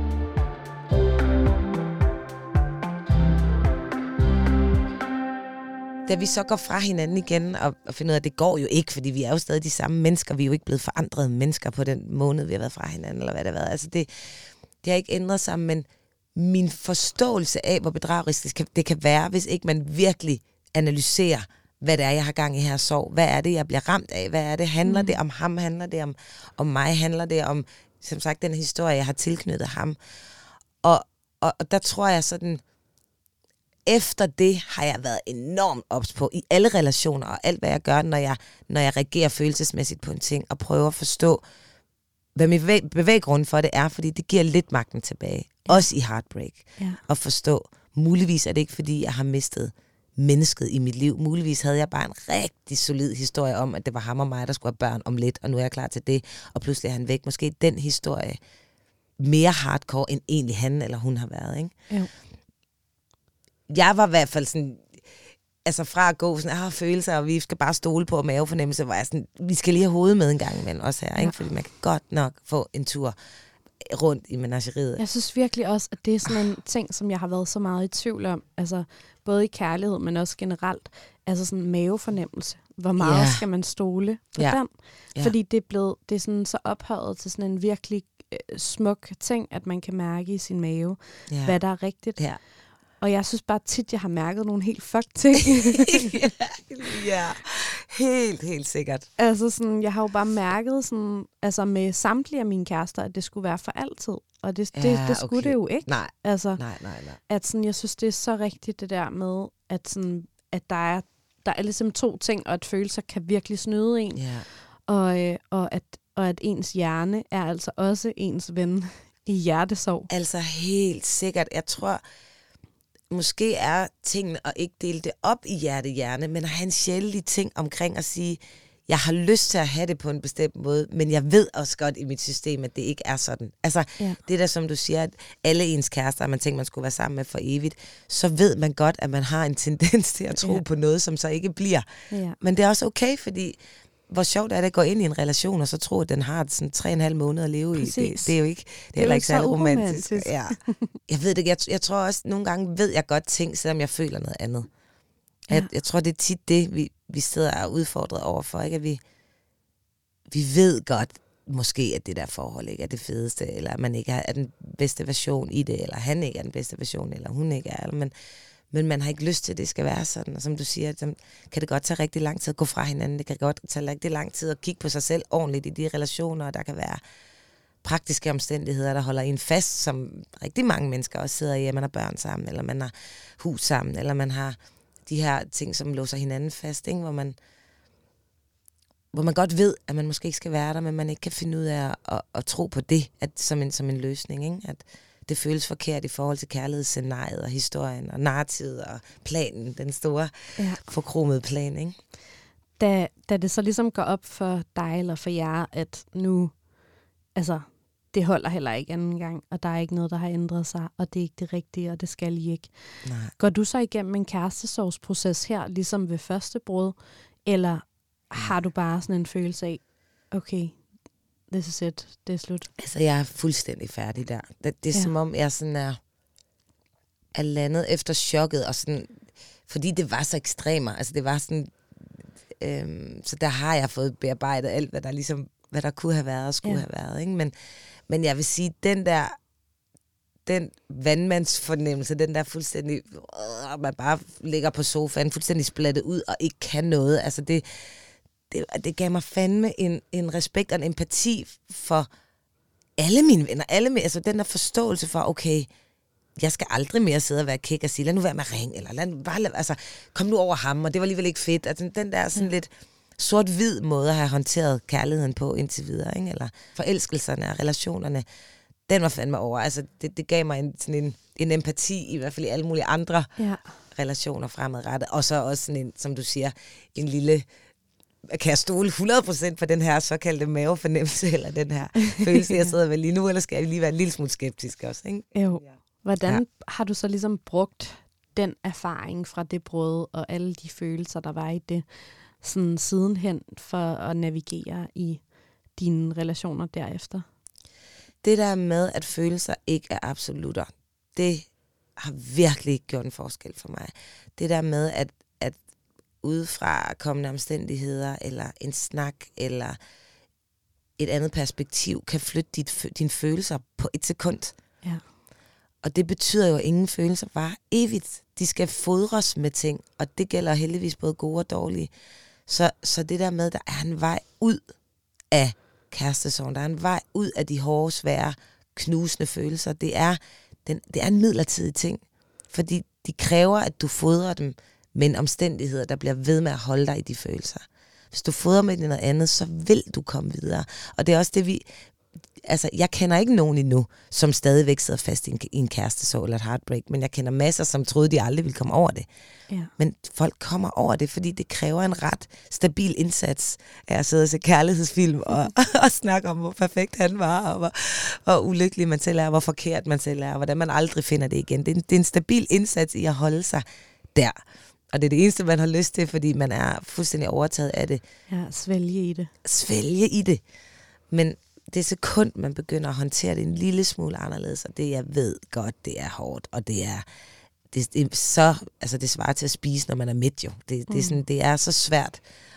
Da vi så går fra hinanden igen og finder ud af, at det går jo ikke, fordi vi er jo stadig de samme mennesker. Vi er jo ikke blevet forandrede mennesker på den måned, vi har været fra hinanden, eller hvad det har været. Altså det har ikke ændret sig, men min forståelse af, hvor bedragerisk det kan være, hvis ikke man virkelig analyserer, hvad det er, jeg har gang i her sorg. Hvad er det, jeg bliver ramt af? Hvad er det? Handler det om ham? Handler det om mig? Handler det om, som sagt, den historie, jeg har tilknyttet ham? Og der tror jeg sådan... Efter det har jeg været enormt ops på i alle relationer og alt, hvad jeg gør, når jeg reagerer følelsesmæssigt på en ting, og prøver at forstå, hvad min bevæggrund for det er, fordi det giver lidt magten tilbage. Også i heartbreak. Ja. At forstå, muligvis er det ikke, fordi jeg har mistet mennesket i mit liv. Muligvis havde jeg bare en rigtig solid historie om, at det var ham og mig, der skulle have børn om lidt, og nu er jeg klar til det, og pludselig er han væk. Måske den historie mere hardcore, end egentlig han eller hun har været, ikke? Ja. Jeg var i hvert fald sådan, altså fra at gå sådan, følelser, og vi skal bare stole på mavefornemmelse, var jeg sådan, vi skal lige have hovedet med en gang imellem også her, ikke? Fordi man kan godt nok få en tur rundt i menageriet. Jeg synes virkelig også, at det er sådan en ting, som jeg har været så meget i tvivl om, altså både i kærlighed, men også generelt, altså sådan en mavefornemmelse. Hvor meget skal man stole på den? Fordi det er sådan så ophøjet til sådan en virkelig smuk ting, at man kan mærke i sin mave, hvad der er rigtigt. Ja. Og jeg synes bare tit, jeg har mærket nogle helt fuck ting. Ja, helt sikkert. Altså sådan, jeg har jo bare mærket sådan, altså med samtlige af mine kærester, at det skulle være for altid. Og det skulle det jo ikke. Nej. Altså, Nej. at sådan, jeg synes, det er så rigtigt det der med, at, sådan, at der er ligesom 2 ting, og at følelser kan virkelig snyde en. Ja. Og at ens hjerne er altså også ens ven i hjertesorg. Altså helt sikkert. Jeg tror, måske er tingene at ikke dele det op i hjerte-hjerne, men at have en sjældig ting omkring at sige, jeg har lyst til at have det på en bestemt måde, men jeg ved også godt i mit system, at det ikke er sådan. Altså, det der, som du siger, at alle ens kærester, man tænker, man skulle være sammen med for evigt, så ved man godt, at man har en tendens til at tro på noget, som så ikke bliver. Ja. Men det er også okay, fordi hvor sjovt er det at gå ind i en relation, og så tro, at den har sådan 3,5 måneder at leve i. Det er jo ikke, det er heller ikke særlig romantisk. Ja. Jeg ved det, jeg tror også, nogle gange ved jeg godt ting, selvom jeg føler noget andet. Ja. Jeg tror, det er tit det, vi sidder og er udfordret overfor, ikke? At vi ved godt, måske, at det der forhold ikke er det fedeste, eller at man ikke er den bedste version i det, eller han ikke er den bedste version, eller hun ikke er, men man har ikke lyst til, at det skal være sådan. Og som du siger, så kan det godt tage rigtig lang tid at gå fra hinanden. Det kan godt tage rigtig lang tid at kigge på sig selv ordentligt i de relationer, og der kan være praktiske omstændigheder, der holder en fast, som rigtig mange mennesker også sidder i, at man har børn sammen, eller man har hus sammen, eller man har de her ting, som låser hinanden fast, ikke? Hvor man godt ved, at man måske ikke skal være der, men man ikke kan finde ud af at tro på det som en løsning, ikke? At det føles forkert i forhold til kærlighedsscenariet og historien og narrativet og planen, den store forkromede plan, ikke? Da det så ligesom går op for dig eller for jer, at nu, altså, det holder heller ikke anden gang, og der er ikke noget, der har ændret sig, og det er ikke det rigtige, og det skal I ikke. Nej. Går du så igennem en kærestesorgsproces her, ligesom ved første brud, eller har du bare sådan en følelse af, okay, this is it, det er slut? Altså, jeg er fuldstændig færdig der. Det er som om, jeg sådan er landet efter chokket, og sådan, fordi det var så ekstremt. Altså, det var sådan, så der har jeg fået bearbejdet alt, hvad der kunne have været og skulle have været, ikke? Men jeg vil sige, den vandmandsfornemmelse, den der fuldstændig, man bare ligger på sofaen, fuldstændig splattet ud og ikke kan noget. Altså det gav mig fandme en respekt og en empati for alle mine venner. Altså den der forståelse for, okay, jeg skal aldrig mere sidde og være kæk og sige, lad nu være med at ringe, eller kom nu over ham, og det var alligevel ikke fedt. Altså den der sådan lidt sort-hvid måde at have håndteret kærligheden på indtil videre, ikke? Eller forelskelserne og relationerne, den var fandme over. Altså det gav mig en empati, i hvert fald i alle mulige andre relationer fremadrettet. Og så også sådan en, som du siger, en lille, kan jeg stole 100% på den her såkaldte mavefornemmelse, eller den her følelse, jeg sidder ved lige nu, eller skal jeg lige være en lille smule skeptisk også, ikke? Jo. Hvordan har du så ligesom brugt den erfaring fra det brud, og alle de følelser, der var i det, sådan sidenhen for at navigere i dine relationer derefter? Det der med, at følelser ikke er absolutter, det har virkelig gjort en forskel for mig. Det der med, at udefra kommende omstændigheder, eller en snak, eller et andet perspektiv, kan flytte dine følelser på et sekund. Ja. Og det betyder jo, at ingen følelser var evigt. De skal fodres med ting, og det gælder heldigvis både gode og dårlige. Så det der med, der er en vej ud af kærestesorgen, der er en vej ud af de hårde, svære, knusende følelser. Det er en midlertidig ting, fordi de kræver, at du fodrer dem med en omstændighed, der bliver ved med at holde dig i de følelser. Hvis du fodrer med noget andet, så vil du komme videre. Og det er også det, jeg kender ikke nogen endnu, som stadigvæk sidder fast i en kærestesorg eller et heartbreak, men jeg kender masser, som troede, de aldrig ville komme over det. Ja. Men folk kommer over det, fordi det kræver en ret stabil indsats af at sidde og se kærlighedsfilm og snakke om, hvor perfekt han var, og hvor ulykkelig man selv er, hvor forkert man selv er, og hvordan man aldrig finder det igen. Det er en stabil indsats i at holde sig der. Og det er det eneste, man har lyst til, fordi man er fuldstændig overtaget af det. Ja, svælge i det. Men det sekund, man begynder at håndtere det en lille smule anderledes, og det, jeg ved godt, det er hårdt, og det er så, altså det svarer til at spise, når man er midt jo. Det er så svært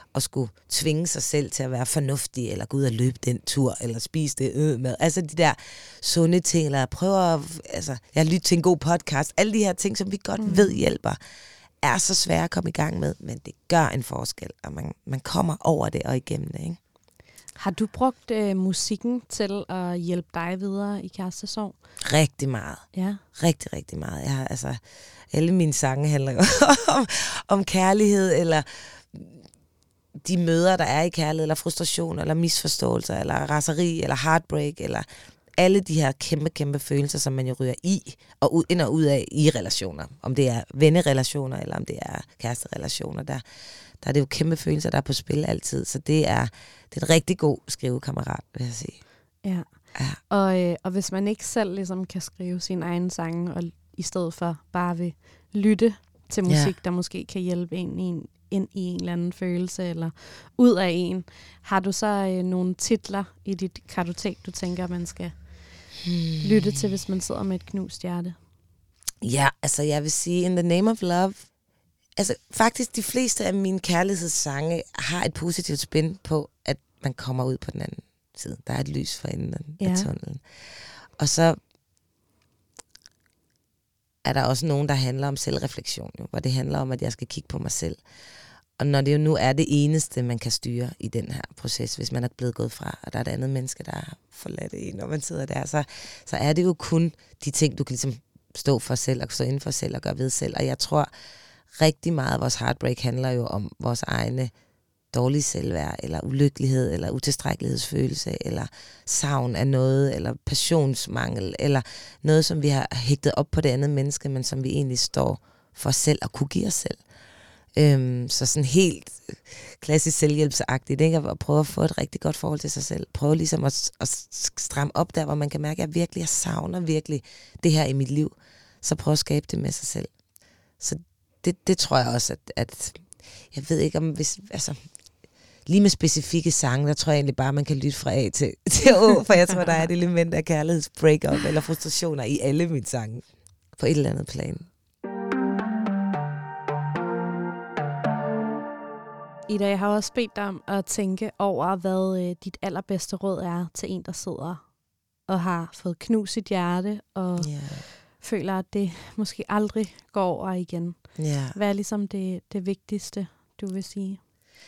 at skulle tvinge sig selv til at være fornuftig, eller gå ud og løbe den tur, eller spise det mad. Altså de der sunde ting, eller prøve at, jeg lytter til en god podcast. Alle de her ting, som vi godt ved hjælper, er så svære at komme i gang med, men det gør en forskel, og man kommer over det og igennem det, ikke? Har du brugt musikken til at hjælpe dig videre i kærestesorg? Rigtig meget. Ja. Rigtig, rigtig meget. Jeg har, alle mine sange handler jo om kærlighed, eller de møder, der er i kærlighed, eller frustration, eller misforståelser, eller raseri, eller heartbreak, eller alle de her kæmpe, kæmpe følelser, som man jo ryger i, og ind og ud af i relationer. Om det er vennerelationer, eller om det er kæresterelationer, der er det jo kæmpe følelser, der er på spil altid. Så det er et rigtig god skrivekammerat, vil jeg sige. Ja. Og hvis man ikke selv ligesom kan skrive sin egen sange, og i stedet for bare vil lytte til musik, der måske kan hjælpe en ind i en eller anden følelse, eller ud af en, har du så nogle titler i dit kartotek, du tænker, man skal lytte til, hvis man sidder med et knust hjerte? Ja, jeg vil sige, In the Name of Love, faktisk de fleste af mine kærlighedssange har et positivt spin på, at man kommer ud på den anden side. Der er et lys for enden af tunnelen. Og så er der også nogen, der handler om selvreflektion, jo, hvor det handler om, at jeg skal kigge på mig selv. Og når det jo nu er det eneste, man kan styre i den her proces, hvis man er blevet gået fra, og der er et andet menneske, der har forladt en, når man sidder der, så er det jo kun de ting, du kan ligesom stå for selv, og stå inden for selv, og gøre ved selv. Og jeg tror, rigtig meget af vores heartbreak handler jo om vores egne dårlige selvværd, eller ulykkelighed, eller utilstrækkelighedsfølelse, eller savn af noget, eller passionsmangel, eller noget, som vi har hægtet op på det andet menneske, men som vi egentlig står for selv at kunne give os selv. Så sådan helt klassisk selvhjælpsagtigt, ikke? At prøve at få et rigtig godt forhold til sig selv. Prøve ligesom at stramme op der, hvor man kan mærke, at jeg savner virkelig det her i mit liv. Så prøve at skabe det med sig selv. Så det tror jeg også, at jeg ved ikke om, lige med specifikke sange, der tror jeg egentlig bare, man kan lytte fra A til Å, for jeg tror, der er et element af kærlighedsbreakup eller frustrationer i alle mine sange på et eller andet plan. Ida, jeg har også bedt dig om at tænke over, hvad dit allerbedste råd er til en, der sidder og har fået knust sit hjerte, og føler, at det måske aldrig går over igen. Yeah. Hvad er ligesom det vigtigste, du vil sige?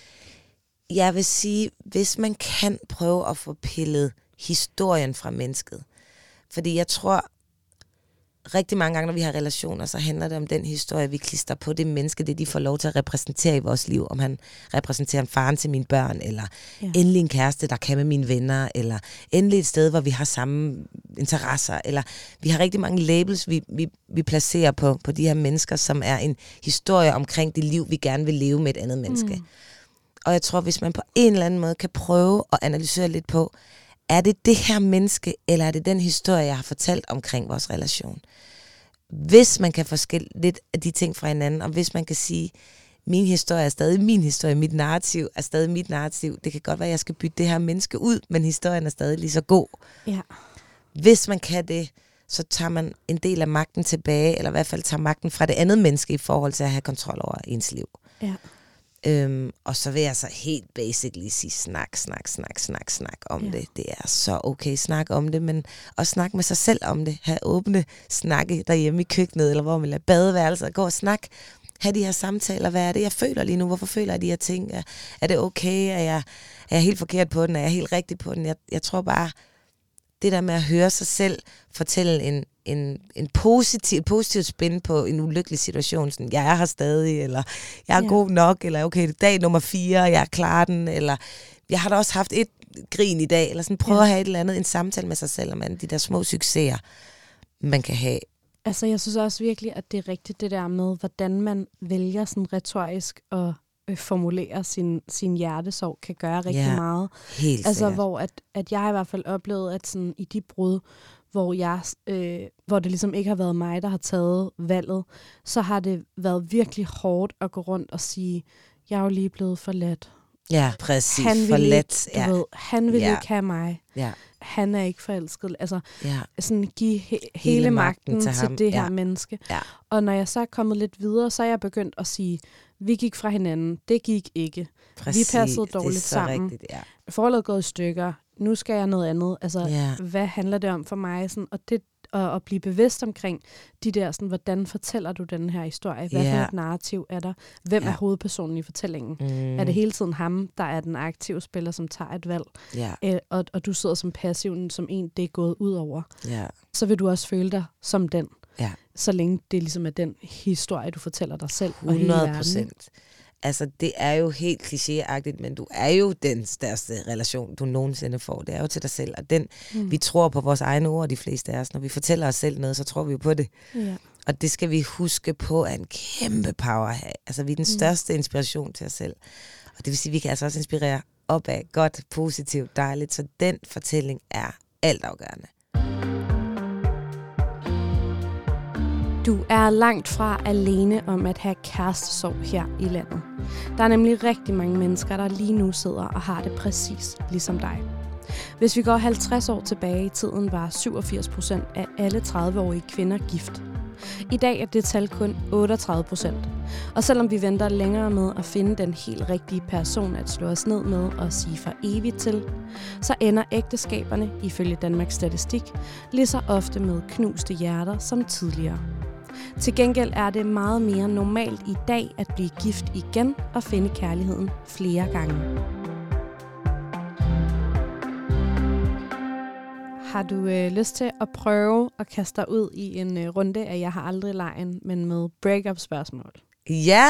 Jeg vil sige, hvis man kan prøve at få pillet historien fra mennesket. Fordi jeg tror, rigtig mange gange, når vi har relationer, så handler det om den historie, vi klister på det menneske, det de får lov til at repræsentere i vores liv. Om han repræsenterer en faren til mine børn, eller endelig en kæreste, der kan med mine venner, eller endelig et sted, hvor vi har samme interesser, eller vi har rigtig mange labels, vi placerer på de her mennesker, som er en historie omkring det liv, vi gerne vil leve med et andet menneske. Og jeg tror, hvis man på en eller anden måde kan prøve at analysere lidt på, er det her menneske, eller er det den historie, jeg har fortalt omkring vores relation? Hvis man kan forskelle lidt af de ting fra hinanden, og hvis man kan sige, min historie er stadig min historie, mit narrativ er stadig mit narrativ. Det kan godt være, at jeg skal bytte det her menneske ud, men historien er stadig lige så god. Ja. Hvis man kan det, så tager man en del af magten tilbage, eller i hvert fald tager magten fra det andet menneske i forhold til at have kontrol over ens liv. Ja. Og så vil jeg så helt basically sige snak om det. Det er så okay, snak om det, men også snak med sig selv om det. Ha' åbne snakke derhjemme i køkkenet, eller hvor man lader badeværelser, gå og snak. Ha' de her samtaler, hvad er det, jeg føler lige nu? Hvorfor føler jeg de her ting? Er det okay? Er jeg helt forkert på den? Er jeg helt rigtig på den? Jeg tror bare, det der med at høre sig selv fortælle en positiv spin på en ulykkelig situation, sådan, jeg er her stadig, eller jeg er god nok, eller okay, dag nummer 4, jeg klarer den, eller jeg har da også haft et grin i dag, eller sådan, prøv at have et eller andet, en samtale med sig selv, om de der små succeser, man kan have. Altså, jeg synes også virkelig, at det er rigtigt det der med, hvordan man vælger sådan retorisk at formulere sin hjertesorg, kan gøre rigtig meget. Helt altså, sikkert. hvor at jeg i hvert fald oplevede, at sådan, i de brud, hvor det ligesom ikke har været mig, der har taget valget, så har det været virkelig hårdt at gå rundt og sige, jeg er jo lige blevet forladt. Ja, præcis. Han vil forladt. Ikke, han vil ikke have mig. Ja. Han er ikke forelsket. Altså, sådan give hele magten til det her menneske. Ja. Og når jeg så er kommet lidt videre, så er jeg begyndt at sige, vi gik fra hinanden, det gik ikke. Præcis, vi passede dårligt det er så sammen. Rigtigt, ja. Forholdet gået i stykker, nu skal jeg noget andet. Altså, hvad handler det om for mig? Sådan, og det at blive bevidst omkring de der, sådan, hvordan fortæller du den her historie? Hvad for et narrativ er der? Hvem er hovedpersonen i fortællingen? Er det hele tiden ham, der er den aktive spiller, som tager et valg? Og du sidder som passiv, som en, det er gået ud over. Så vil du også føle dig som den. Så længe det ligesom er den historie, du fortæller dig selv. 100%. Altså, det er jo helt klichéagtigt, men du er jo den største relation, du nogensinde får. Det er jo til dig selv, og den, vi tror på vores egne ord, de fleste af os. Når vi fortæller os selv noget, så tror vi jo på det. Ja. Og det skal vi huske på, at en kæmpe power at have. Altså, vi er den største inspiration til os selv. Og det vil sige, at vi kan altså også inspirere opad, godt, positivt, dejligt. Så den fortælling er altafgørende. Du er langt fra alene om at have kærestesorg her i landet. Der er nemlig rigtig mange mennesker, der lige nu sidder og har det præcis ligesom dig. Hvis vi går 50 år tilbage i tiden, var 87% af alle 30-årige kvinder gift. I dag er det tal kun 38%. Og selvom vi venter længere med at finde den helt rigtige person at slå os ned med og sige for evigt til, så ender ægteskaberne, ifølge Danmarks Statistik, lige så ofte med knuste hjerter som tidligere. Til gengæld er det meget mere normalt i dag at blive gift igen og finde kærligheden flere gange. Har du lyst til at prøve at kaste dig ud i en runde af Jeg har aldrig lejen, men med break-up-spørgsmål? Ja.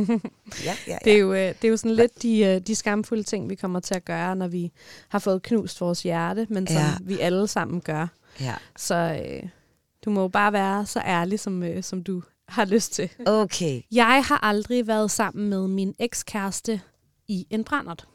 Det er jo sådan lidt de skamfulde ting, vi kommer til at gøre, når vi har fået knust vores hjerte, men som vi alle sammen gør. Ja. Så du må jo bare være så ærlig, som du har lyst til. Okay. Jeg har aldrig været sammen med min ekskæreste i en brandert.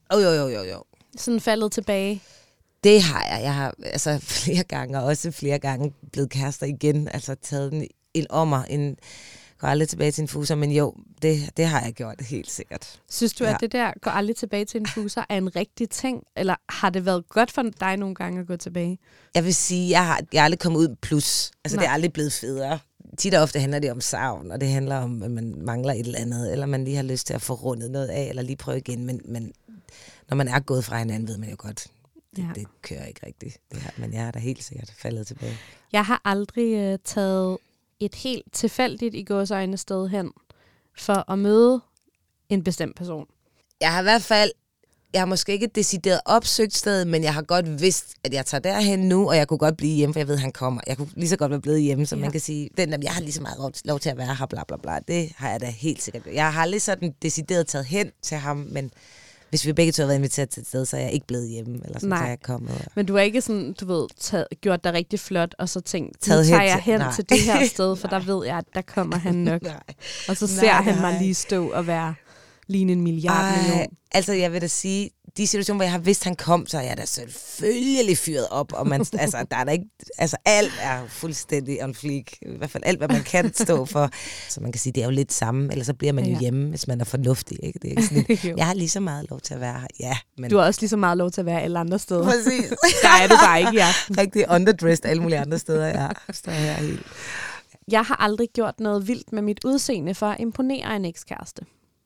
Jo. Sådan faldet tilbage. Det har jeg. Jeg har altså flere gange, og også flere gange blevet kærester igen. Altså taget en ommer, går aldrig tilbage til en fuser, men jo, det har jeg gjort helt sikkert. Synes du, at det der går aldrig tilbage til en fuser er en rigtig ting, eller har det været godt for dig nogle gange at gå tilbage? Jeg vil sige, jeg er aldrig kommet ud plus. Altså det er aldrig blevet federe. Tit og ofte handler det om savn, og det handler om, at man mangler et eller andet, eller man lige har lyst til at få rundet noget af, eller lige prøve igen. Men når man er gået fra hinanden, ved man jo godt, det kører ikke rigtigt. Det her, men jeg er da helt sikkert faldet tilbage. Jeg har aldrig taget et helt tilfældigt i gåseøjne sted hen for at møde en bestemt person. Jeg har i hvert fald, jeg har måske ikke decideret opsøgt stedet, men jeg har godt vidst, at jeg tager derhen nu, og jeg kunne godt blive hjemme, for jeg ved, at han kommer. Jeg kunne lige så godt være blevet hjemme, så man kan sige, jeg har lige så meget lov til at være her, bla bla bla. Det har jeg da helt sikkert. Jeg har aldrig sådan decideret taget hen til ham, men hvis vi begge to har været inviteret til et sted, så er jeg ikke blevet hjemme, eller sådan, så er jeg kommet. Men du har ikke sådan, du ved, gjort dig rigtig flot, og så tænkt, nu tager jeg hen til det her sted, for der ved jeg, at der kommer han nok. Og så ser han mig lige stå og være ligne en million. Altså, jeg vil da sige, de situationer, hvor jeg har vidst, han kom, så er jeg da selvfølgelig fyret op, og man, altså, der er der ikke, altså, alt er fuldstændig on fleek. I hvert fald alt, hvad man kan stå for. Så man kan sige, det er jo lidt samme, eller så bliver man jo hjemme, hvis man er fornuftig. Ikke? Det er ikke sådan lidt, jeg har lige så meget lov til at være her. Ja, men... Du har også lige så meget lov til at være alle andre steder. Præcis. Der er du bare ikke, Rigtig underdressed alle mulige andre steder, jeg står her helt. Jeg har aldrig gjort noget vildt med mit udseende for at imponere en ekskæreste.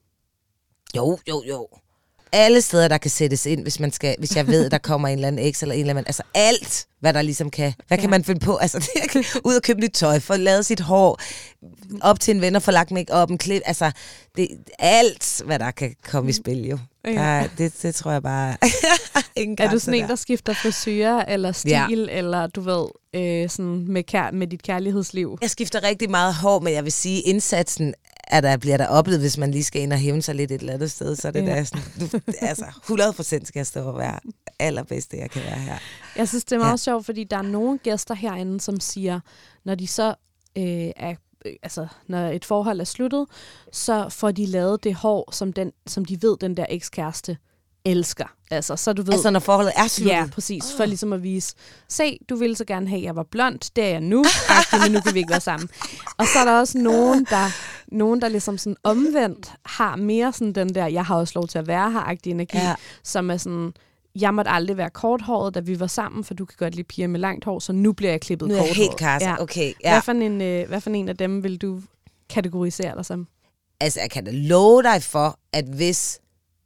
Jo. Alle steder, der kan sættes ind, hvis jeg ved, der kommer en eller anden eks eller en eller anden, altså alt, hvad der ligesom kan, hvad kan man finde på, altså ud og købe nyt tøj, få lavet sit hår, op til en ven og få lagt make-up, en klip, altså det, alt, hvad der kan komme i spil jo. Ja. Det tror jeg bare er du sådan en, der skifter frisure eller stil, eller du ved, sådan med dit kærlighedsliv? Jeg skifter rigtig meget hår, men jeg vil sige, indsatsen bliver der oplevet, hvis man lige skal ind og hæve sig lidt et eller andet sted, så er det der sådan, altså 100% skal jeg stå og være allerbedste, jeg kan være her. Jeg synes, det er meget sjovt, fordi der er nogle gæster herinde, som siger, når de så når et forhold er sluttet, så får de lavet det hår, som de ved, den der ekskæreste elsker. Altså, så du ved, altså når forholdet er sluttet? Ja, præcis. For ligesom at vise, se, du ville så gerne have, at jeg var blond, det er jeg nu, men nu kan vi ikke være sammen. Og så er der også nogen, der ligesom sådan omvendt har mere sådan den der, jeg har også lov til at være her-agtig energi, som er sådan, jeg måtte aldrig være korthåret, da vi var sammen, for du kan godt lide piger med langt hår, så nu bliver jeg klippet korthåret. Nu er jeg helt karse, okay. Ja. Hvad for en af dem vil du kategorisere dig som? Altså, jeg kan da love dig for, at hvis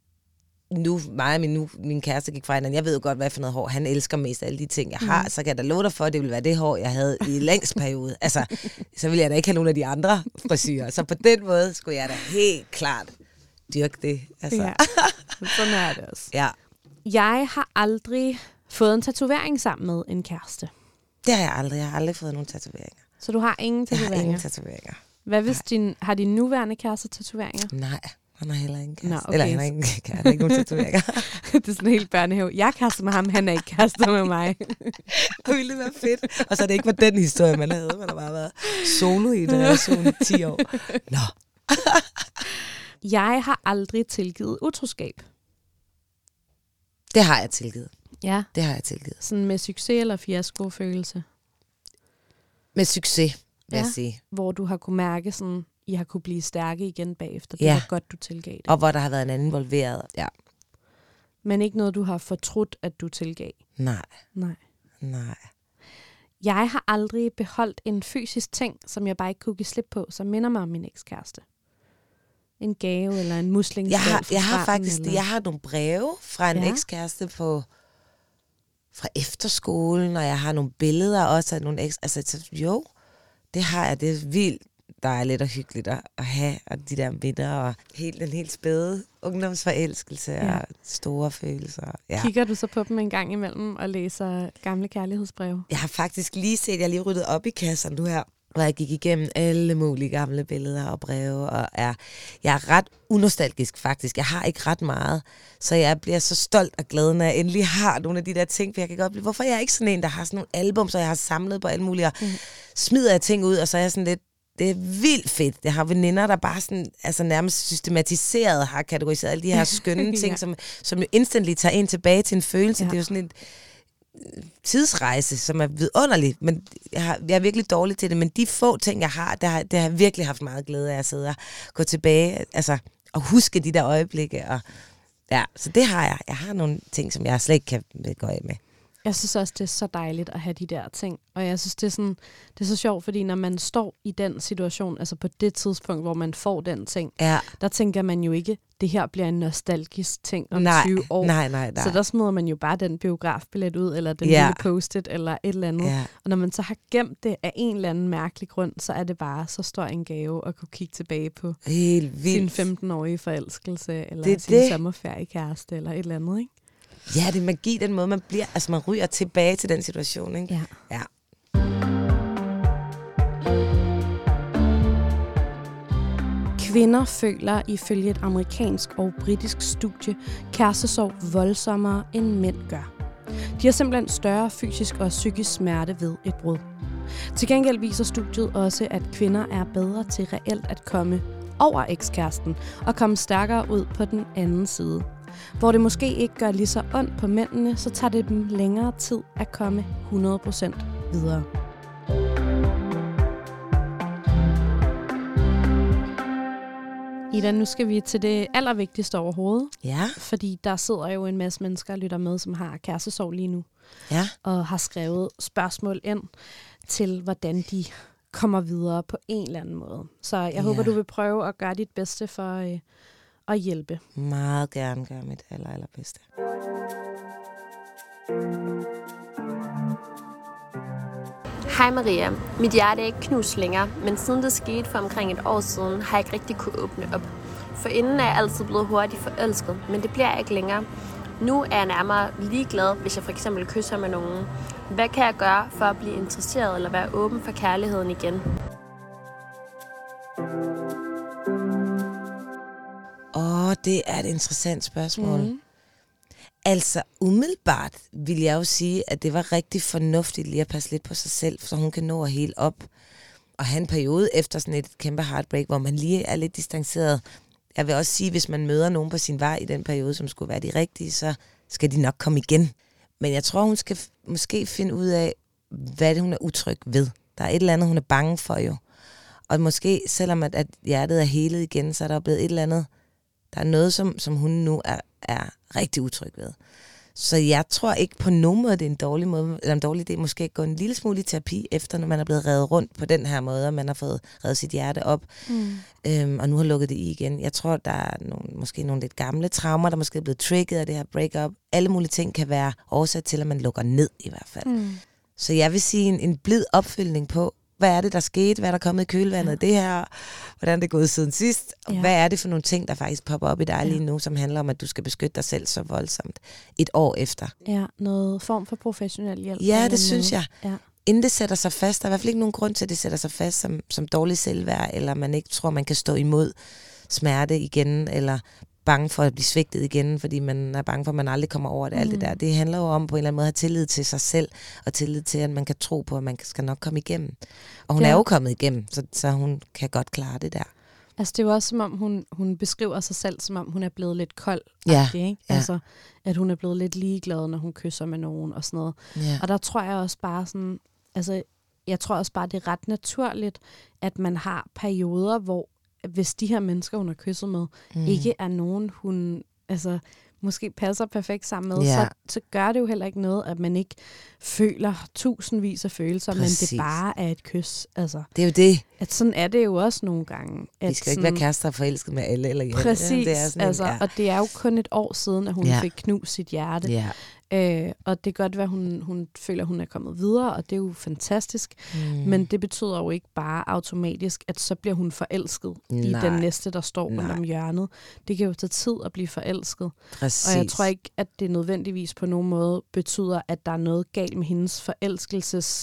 min kæreste gik fra hinanden, jeg ved jo godt, hvad for noget hår, han elsker mest af alle de ting, jeg har, så kan jeg da love dig for, at det ville være det hår, jeg havde i længst periode. Altså, så ville jeg da ikke have nogen af de andre frisyrer. Så på den måde skulle jeg da helt klart dyrke det. Altså. Ja, sådan er det også. Ja. Jeg har aldrig fået en tatovering sammen med en kæreste. Det har jeg aldrig. Jeg har aldrig fået nogen tatoveringer. Så du har ingen tatoveringer? Jeg har ingen tatoveringer. Hvad hvis har din nuværende kæreste tatoveringer? Nej, han har heller ingen kæreste. Nå, okay. Eller han har ikke nogen tatoveringer. Det er sådan en helt børnehave. Jeg er kærester med ham, han er ikke kærester med mig. Og ville det være fedt. Og så det ikke var den historie, man havde. Man har bare været solo i det her 10 år. Nå. Jeg har aldrig tilgivet utroskab. Det har jeg tilgivet. Ja. Det har jeg tilgivet. Sådan med succes eller fiasko-følelse? Med succes, vil jeg sige. Hvor du har kunne mærke, sådan, I har kunne blive stærke igen bagefter. Det var godt, du tilgav det. Og hvor der har været en anden involveret. Ja. Men ikke noget, du har fortrudt, at du tilgav? Nej. Nej. Jeg har aldrig beholdt en fysisk ting, som jeg bare ikke kunne give slip på, som minder mig om min ekskæreste. En gave eller en musling. Jeg har nogle breve fra en ekskæreste fra efterskolen, og jeg har nogle billeder også af nogle jo, det har jeg. Det er vildt dejligt og hyggeligt at have, og de der minder, og den helt spæde ungdomsforelskelse og store følelser. Ja. Kigger du så på dem en gang imellem og læser gamle kærlighedsbreve? Jeg har faktisk jeg har lige ryddet op i kassen nu her, hvor jeg gik igennem alle mulige gamle billeder og breve, og jeg er ret unostalgisk faktisk. Jeg har ikke ret meget, så jeg bliver så stolt og glad, når jeg endelig har nogle af de der ting, for jeg kan godt blive, hvorfor er jeg ikke sådan en, der har sådan nogle album, så jeg har samlet på alle mulige, og smider jeg ting ud, og så er jeg sådan lidt, det er vildt fedt. Jeg har veninder, der bare sådan, altså nærmest systematiseret har kategoriseret alle de her skønne ting, som jo instantly tager en tilbage til en følelse. Det er jo sådan en tidsrejse, som er vidunderlig, men jeg er virkelig dårlig til det, men de få ting, jeg har, det har jeg virkelig haft meget glæde af at sidde og gå tilbage, altså, og huske de der øjeblikke, og ja, så det har jeg. Jeg har nogle ting, som jeg slet ikke kan gå af med. Jeg synes også, det er så dejligt at have de der ting. Og jeg synes, det er så sjovt, fordi når man står i den situation, altså på det tidspunkt, hvor man får den ting, der tænker man jo ikke, det her bliver en nostalgisk ting om 20 år. Nej. Så der smider man jo bare den biografbillet ud, eller den lille post-it, eller et eller andet. Ja. Og når man så har gemt det af en eller anden mærkelig grund, så er det bare så stor en gave at kunne kigge tilbage på sin 15-årige forelskelse, eller sin sommerferiekæreste, eller et eller andet, ikke? Ja, det er magi, den måde, man bliver. Altså, man ryger tilbage til den situation, ikke? Ja. Kvinder føler ifølge et amerikansk og britisk studie kærestesorg voldsommere, end mænd gør. De har simpelthen større fysisk og psykisk smerte ved et brud. Til gengæld viser studiet også, at kvinder er bedre til reelt at komme over ekskæresten og komme stærkere ud på den anden side. Hvor det måske ikke gør lige så ondt på mændene, så tager det dem længere tid at komme 100% videre. Ida, nu skal vi til det allervigtigste overhovedet. Ja. Fordi der sidder jo en masse mennesker og lytter med, som har kærestesorg lige nu. Ja. Og har skrevet spørgsmål ind til, hvordan de kommer videre på en eller anden måde. Så jeg håber, du vil prøve at gøre dit bedste for at hjælpe. Meget gerne gøre mit allerbedste. Hej Maria. Mit hjerte er ikke knust længere, men siden det skete for omkring et år siden, har jeg ikke rigtig kunne åbne op. For inden er jeg altid blevet hurtigt forelsket, men det bliver jeg ikke længere. Nu er jeg nærmere ligeglad, hvis jeg for eksempel kysser med nogen. Hvad kan jeg gøre for at blive interesseret eller være åben for kærligheden igen? Det er et interessant spørgsmål. Altså, umiddelbart vil jeg jo sige, at det var rigtig fornuftigt lige at passe lidt på sig selv, så hun kan nå at hele op og have en periode efter sådan et kæmpe heartbreak, hvor man lige er lidt distanceret. Jeg vil også sige, hvis man møder nogen på sin vej i den periode, som skulle være de rigtige, så skal de nok komme igen. Men jeg tror, hun skal måske finde ud af, hvad det hun er utryg ved. Der er et eller andet, hun er bange for jo. Og måske, selvom at hjertet er helet igen, så er der blevet et eller andet. Der er noget, som hun nu er rigtig utryg ved. Så jeg tror ikke på nogen måde, det er en dårlig måde, eller en dårlig idé, måske at gå en lille smule i terapi, efter når man er blevet revet rundt på den her måde, og man har fået revet sit hjerte op, og nu har lukket det i igen. Jeg tror, der er måske nogle lidt gamle traumer, der måske er blevet trigget af det her break-up. Alle mulige ting kan være årsag til, at man lukker ned i hvert fald. Så jeg vil sige en blid opfølgning på, hvad er det, der skete? Hvad er der kommet i kølvandet af det her? Hvordan er det gået siden sidst? Og hvad er det for nogle ting, der faktisk popper op i dig lige nu, som handler om, at du skal beskytte dig selv så voldsomt et år efter? Ja, noget form for professionel hjælp. Ja, det synes jeg. Ja. Inden det sætter sig fast, der er i hvert fald ikke nogen grund til, at det sætter sig fast som dårlig selvværd, eller man ikke tror, man kan stå imod smerte igen, eller bange for at blive svigtet igen, fordi man er bange for, at man aldrig kommer over det. Alt det der. Det handler jo om på en eller anden måde at have tillid til sig selv, og tillid til, at man kan tro på, at man skal nok komme igennem. Og hun er jo kommet igennem, så hun kan godt klare det der. Altså det er jo også som om, hun beskriver sig selv, som om hun er blevet lidt kold. Ikke? Ja. Altså, at hun er blevet lidt ligeglad, når hun kysser med nogen og sådan noget. Ja. Og der tror jeg også bare sådan, altså jeg tror også bare, det er ret naturligt, at man har perioder, hvor hvis de her mennesker, hun har kysset med, ikke er nogen, hun altså måske passer perfekt sammen med, så gør det jo heller ikke noget, at man ikke føler tusindvis af følelser, men det bare er et kys. Altså, det er jo det. At sådan er det jo også nogle gange. Vi skal ikke være kærester og forelsket med alle. Eller præcis, det er sådan altså, og det er jo kun et år siden, at hun fik knust sit hjerte. Ja. Og det kan godt være, at hun føler, at hun er kommet videre, og det er jo fantastisk. Men det betyder jo ikke bare automatisk, at så bliver hun forelsket i den næste, der står rundt om hjørnet. Det kan jo tage tid at blive forelsket. Præcis. Og jeg tror ikke, at det nødvendigvis på nogen måde betyder, at der er noget galt med hendes forelskelses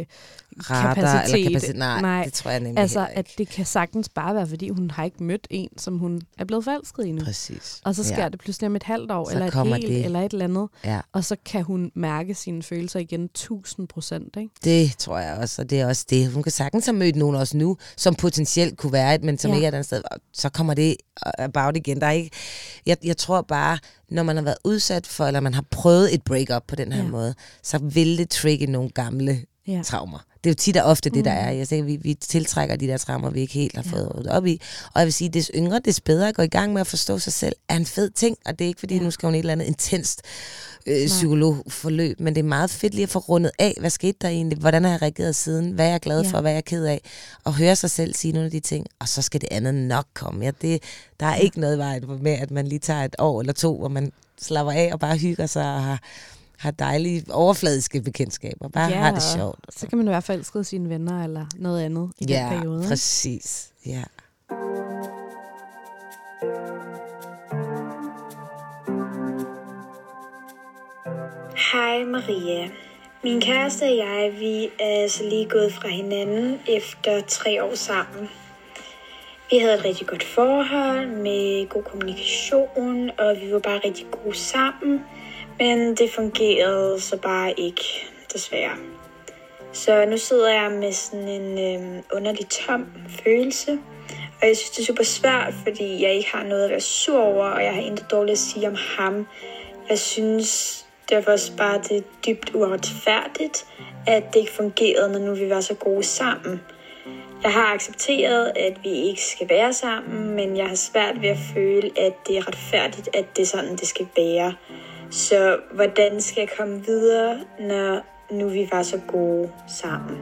kapacitet. Nej, det tror jeg nemlig altså, at det kan sagtens bare være, fordi hun har ikke mødt en, som hun er blevet forelsket i nu. Præcis. Og så sker det pludselig om et halvt år, så eller et helt, eller et eller andet. Ja. Og så kan hun mærke sine følelser igen 1000%, ikke? Det tror jeg også, og det er også det. Hun kan sagtens have mødt nogen også nu, som potentielt kunne være et, men som ikke er et andet sted. Så kommer det about igen. Der er ikke. Jeg tror bare, når man har været udsat for, eller man har prøvet et break-up på den her måde, så vil det trigge nogle gamle traumer. Det er jo tit og ofte det, der er. Jeg tænker, vi tiltrækker de der traumer, vi ikke helt har fået op i. Og jeg vil sige, des yngre, des bedre at gå i gang med at forstå sig selv, er en fed ting. Og det er ikke, fordi nu skal hun et eller andet intenst psykologforløb, men det er meget fedt lige at få rundet af, hvad skete der egentlig, hvordan har jeg reageret siden, hvad er jeg glad for, hvad er jeg ked af, og høre sig selv sige nogle af de ting, og så skal det andet nok komme. Ja, der er ikke noget vej med, at man lige tager et år eller to, hvor man slapper af og bare hygger sig og har dejlige overfladiske bekendtskaber. Bare har det sjovt. Så kan man i hvert fald elske sine venner eller noget andet i den periode. Ja, præcis. Ja. Hej Maria. Min kæreste og jeg, vi er så lige gået fra hinanden efter 3 år sammen. Vi havde et rigtig godt forhold med god kommunikation, og vi var bare rigtig gode sammen. Men det fungerede så bare ikke, desværre. Så nu sidder jeg med sådan en underlig tom følelse. Og jeg synes, det er super svært, fordi jeg ikke har noget at være sur over, og jeg har intet dårligt at sige om ham. Jeg synes derfor også bare, det er dybt uretfærdigt, at det ikke fungerede, når nu vi var så gode sammen. Jeg har accepteret, at vi ikke skal være sammen, men jeg har svært ved at føle, at det er retfærdigt, at det er sådan, det skal være. Så hvordan skal jeg komme videre, når nu vi var så gode sammen?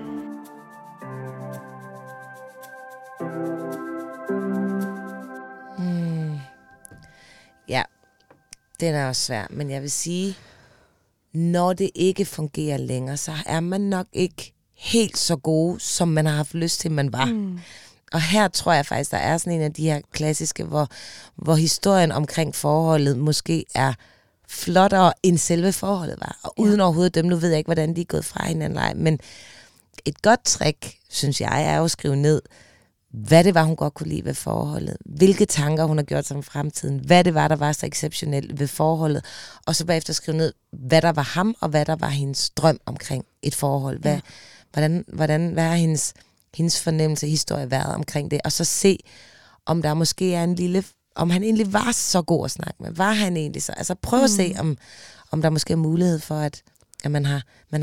Ja, den er også svær, men jeg vil sige, når det ikke fungerer længere, så er man nok ikke helt så gode, som man har haft lyst til, man var. Og her tror jeg faktisk, der er sådan en af de her klassiske, hvor historien omkring forholdet måske er flottere, end selve forholdet var. Og uden overhovedet dem, nu ved jeg ikke, hvordan de er gået fra hinanden, men et godt trick, synes jeg, er at skrive ned, hvad det var, hun godt kunne lide ved forholdet. Hvilke tanker hun har gjort sig om fremtiden. Hvad det var, der var så exceptionelt ved forholdet. Og så bagefter skrive ned, hvad der var ham, og hvad der var hendes drøm omkring et forhold. Hvad har hendes fornemmelse, historie været omkring det. Og så se, om der måske er en lille, om han egentlig var så god at snakke med. Var han egentlig så? Altså prøv at se, om der måske er mulighed for, at man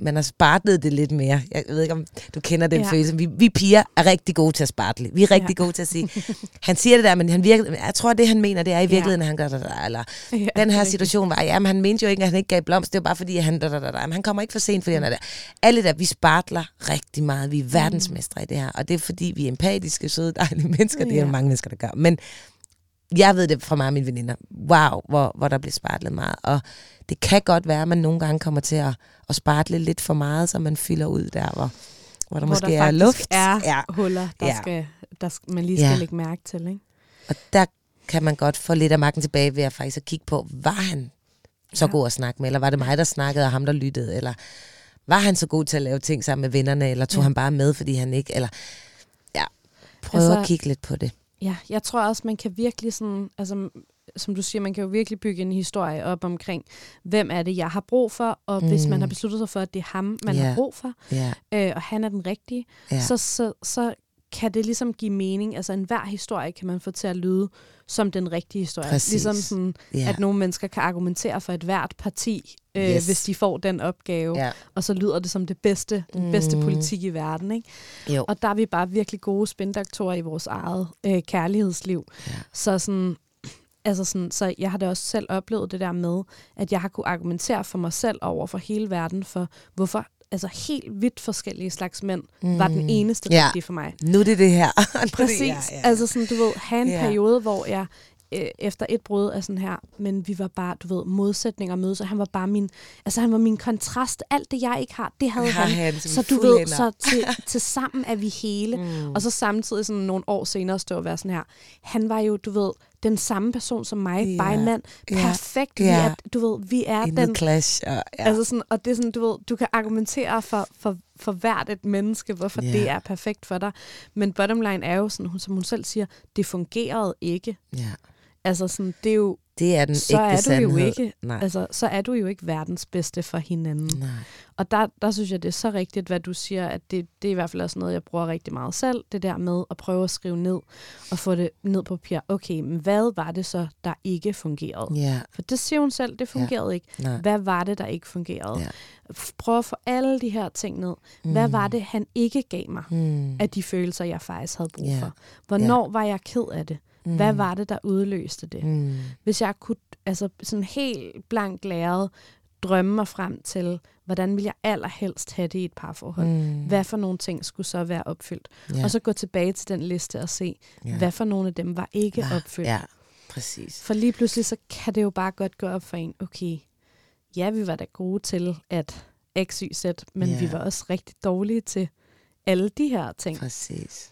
man har spartlet det lidt mere. Jeg ved ikke, om du kender den følelse. Vi piger er rigtig gode til at spartle. Vi er rigtig gode til at sige, han siger det der, men han virker, jeg tror, det han mener, det er i virkeligheden, at han gør det der. Eller den her situation var, jamen han mente jo ikke, at han ikke gav blomst. Det var bare fordi, at han men han kommer ikke for sent, fordi han er der. Alle der, vi spartler rigtig meget. Vi er verdensmestre i det her. Og det er fordi, vi er empatiske, søde, dejlige mennesker. Det er mange mennesker, der gør. Men jeg ved det fra mig og mine veninder. Wow, hvor der bliver spartlet meget. Og det kan godt være, at man nogle gange kommer til at spartle lidt for meget, så man fylder ud der, hvor der måske er luft. Er huller, man lige skal lægge mærke til. Ikke? Og der kan man godt få lidt af magten tilbage ved at faktisk at kigge på, var han så god at snakke med, eller var det mig, der snakkede, og ham, der lyttede, eller var han så god til at lave ting sammen med vennerne, eller tog han bare med, fordi han ikke, eller prøv at kigge lidt på det. Ja, jeg tror også, man kan virkelig sådan, altså som du siger, man kan jo virkelig bygge en historie op omkring, hvem er det, jeg har brug for, og hvis man har besluttet sig for, at det er ham, man har brug for, og han er den rigtige, så kan det ligesom give mening. Altså enhver historie kan man få til at lyde som den rigtige historie. Præcis. Ligesom sådan, at nogle mennesker kan argumentere for et hvert parti, hvis de får den opgave, og så lyder det som den bedste politik i verden. Ikke? Jo. Og der er vi bare virkelig gode spindoktorer i vores eget kærlighedsliv. Ja. Så jeg har da også selv oplevet det der med, at jeg har kunne argumentere for mig selv over for hele verden, for hvorfor helt vidt forskellige slags mænd var den eneste rigtige for mig. Nu er det her. Præcis. Altså sådan, du ved, have en periode, hvor jeg efter et brud er sådan her, men vi var bare, du ved, modsætninger mødes, og han var bare han var min kontrast. Alt det, jeg ikke har, det havde han. Så du ved, så til sammen er vi hele. Og så samtidig sådan nogle år senere stå og være sådan her. Han var jo, du ved, den samme person som mig, bare en mand. Perfekt. Vi er, du ved, vi er in den. Clash. Altså sådan, og det er sådan, du ved, du kan argumentere for hvert et menneske, hvorfor det er perfekt for dig. Men bottom line er jo sådan, som hun selv siger, det fungerede ikke. Ja. Altså sådan, det er jo, det er den så ægte er du jo sandhed. ikke, altså så er du jo ikke verdens bedste for hinanden. Nej. Og der synes jeg, det er så rigtigt, hvad du siger, at det er i hvert fald også noget, jeg bruger rigtig meget selv, det der med at prøve at skrive ned, og få det ned på papir. Okay, men hvad var det så, der ikke fungerede? Yeah. For det siger hun selv, det fungerede ikke. Nej. Hvad var det, der ikke fungerede? Yeah. Prøv at få alle de her ting ned. Hvad var det, han ikke gav mig af de følelser, jeg faktisk havde brug for? Hvornår var jeg ked af det? Hvad var det, der udløste det? Hvis jeg kunne sådan helt blankt læret drømme mig frem til, hvordan vil jeg allerhelst have det i et parforhold? Hvad for nogle ting skulle så være opfyldt? Og så gå tilbage til den liste og se, hvad for nogle af dem var ikke opfyldt. Ja, præcis. For lige pludselig, så kan det jo bare godt gå op for en, okay, ja, vi var da gode til at x, y, z, men vi var også rigtig dårlige til alle de her ting. Præcis.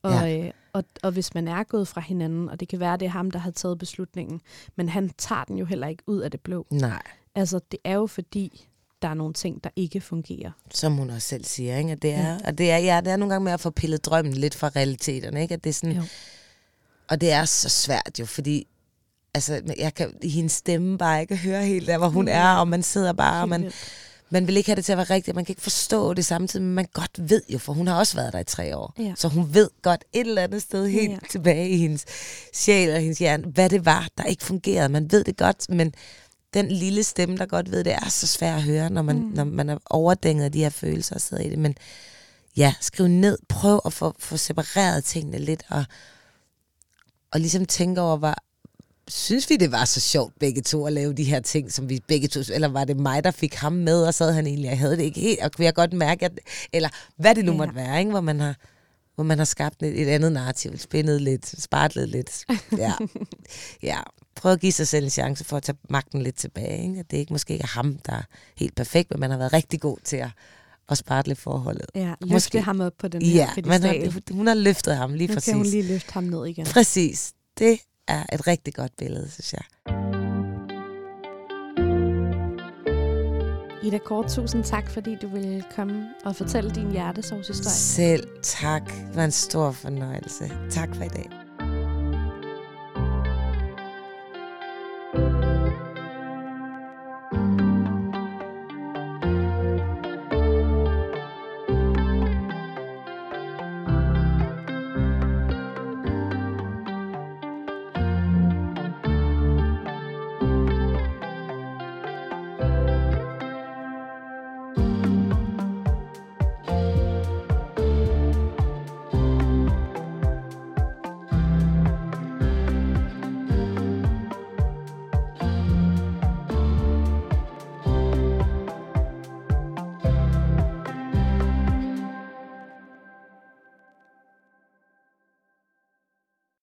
Og hvis man er gået fra hinanden, og det kan være, det er ham, der har taget beslutningen, men han tager den jo heller ikke ud af det blå. Nej. Altså, det er jo fordi, der er nogle ting, der ikke fungerer. Som hun også selv siger, ikke? At det er, det er nogle gange med at få pillet drømmen lidt fra realiteterne, ikke? At det er sådan, og det er så svært jo, fordi jeg kan i hendes stemme bare ikke høre helt der, hvor hun er, og man sidder bare, og man vil ikke have det til at være rigtigt, man kan ikke forstå det samtidig, men man godt ved jo, for hun har også været der i 3 år. Ja. Så hun ved godt et eller andet sted helt tilbage i hendes sjæl og hendes hjerne, hvad det var, der ikke fungerede. Man ved det godt, men den lille stemme, der godt ved det, er så svært at høre, når man er overdænget af de her følelser og sidder i det. Men ja, skriv ned, prøv at få separeret tingene lidt, og ligesom tænke over, synes vi, det var så sjovt begge to at lave de her ting, som vi begge to, eller var det mig, der fik ham med, og sad han egentlig, jeg havde det ikke helt, og kunne jeg godt mærke, eller hvad det nu måtte være, ikke? Hvor man har skabt et andet narrativ, spændet lidt, spartlet lidt. Ja. Prøv at give sig selv en chance for at tage magten lidt tilbage, ikke? At det ikke måske ikke er ham, der er helt perfekt, men man har været rigtig god til at spartle forholdet. Ja, løfte ham op på den her pedestal. Hun har løftet ham lige præcis. Nu kan hun lige løfte ham ned igen. Præcis. Det er et rigtig godt billede, synes jeg. Ida Kort, tusind tak, fordi du ville komme og fortælle din hjertesorgshistorie. Selv tak. Det var en stor fornøjelse. Tak for i dag.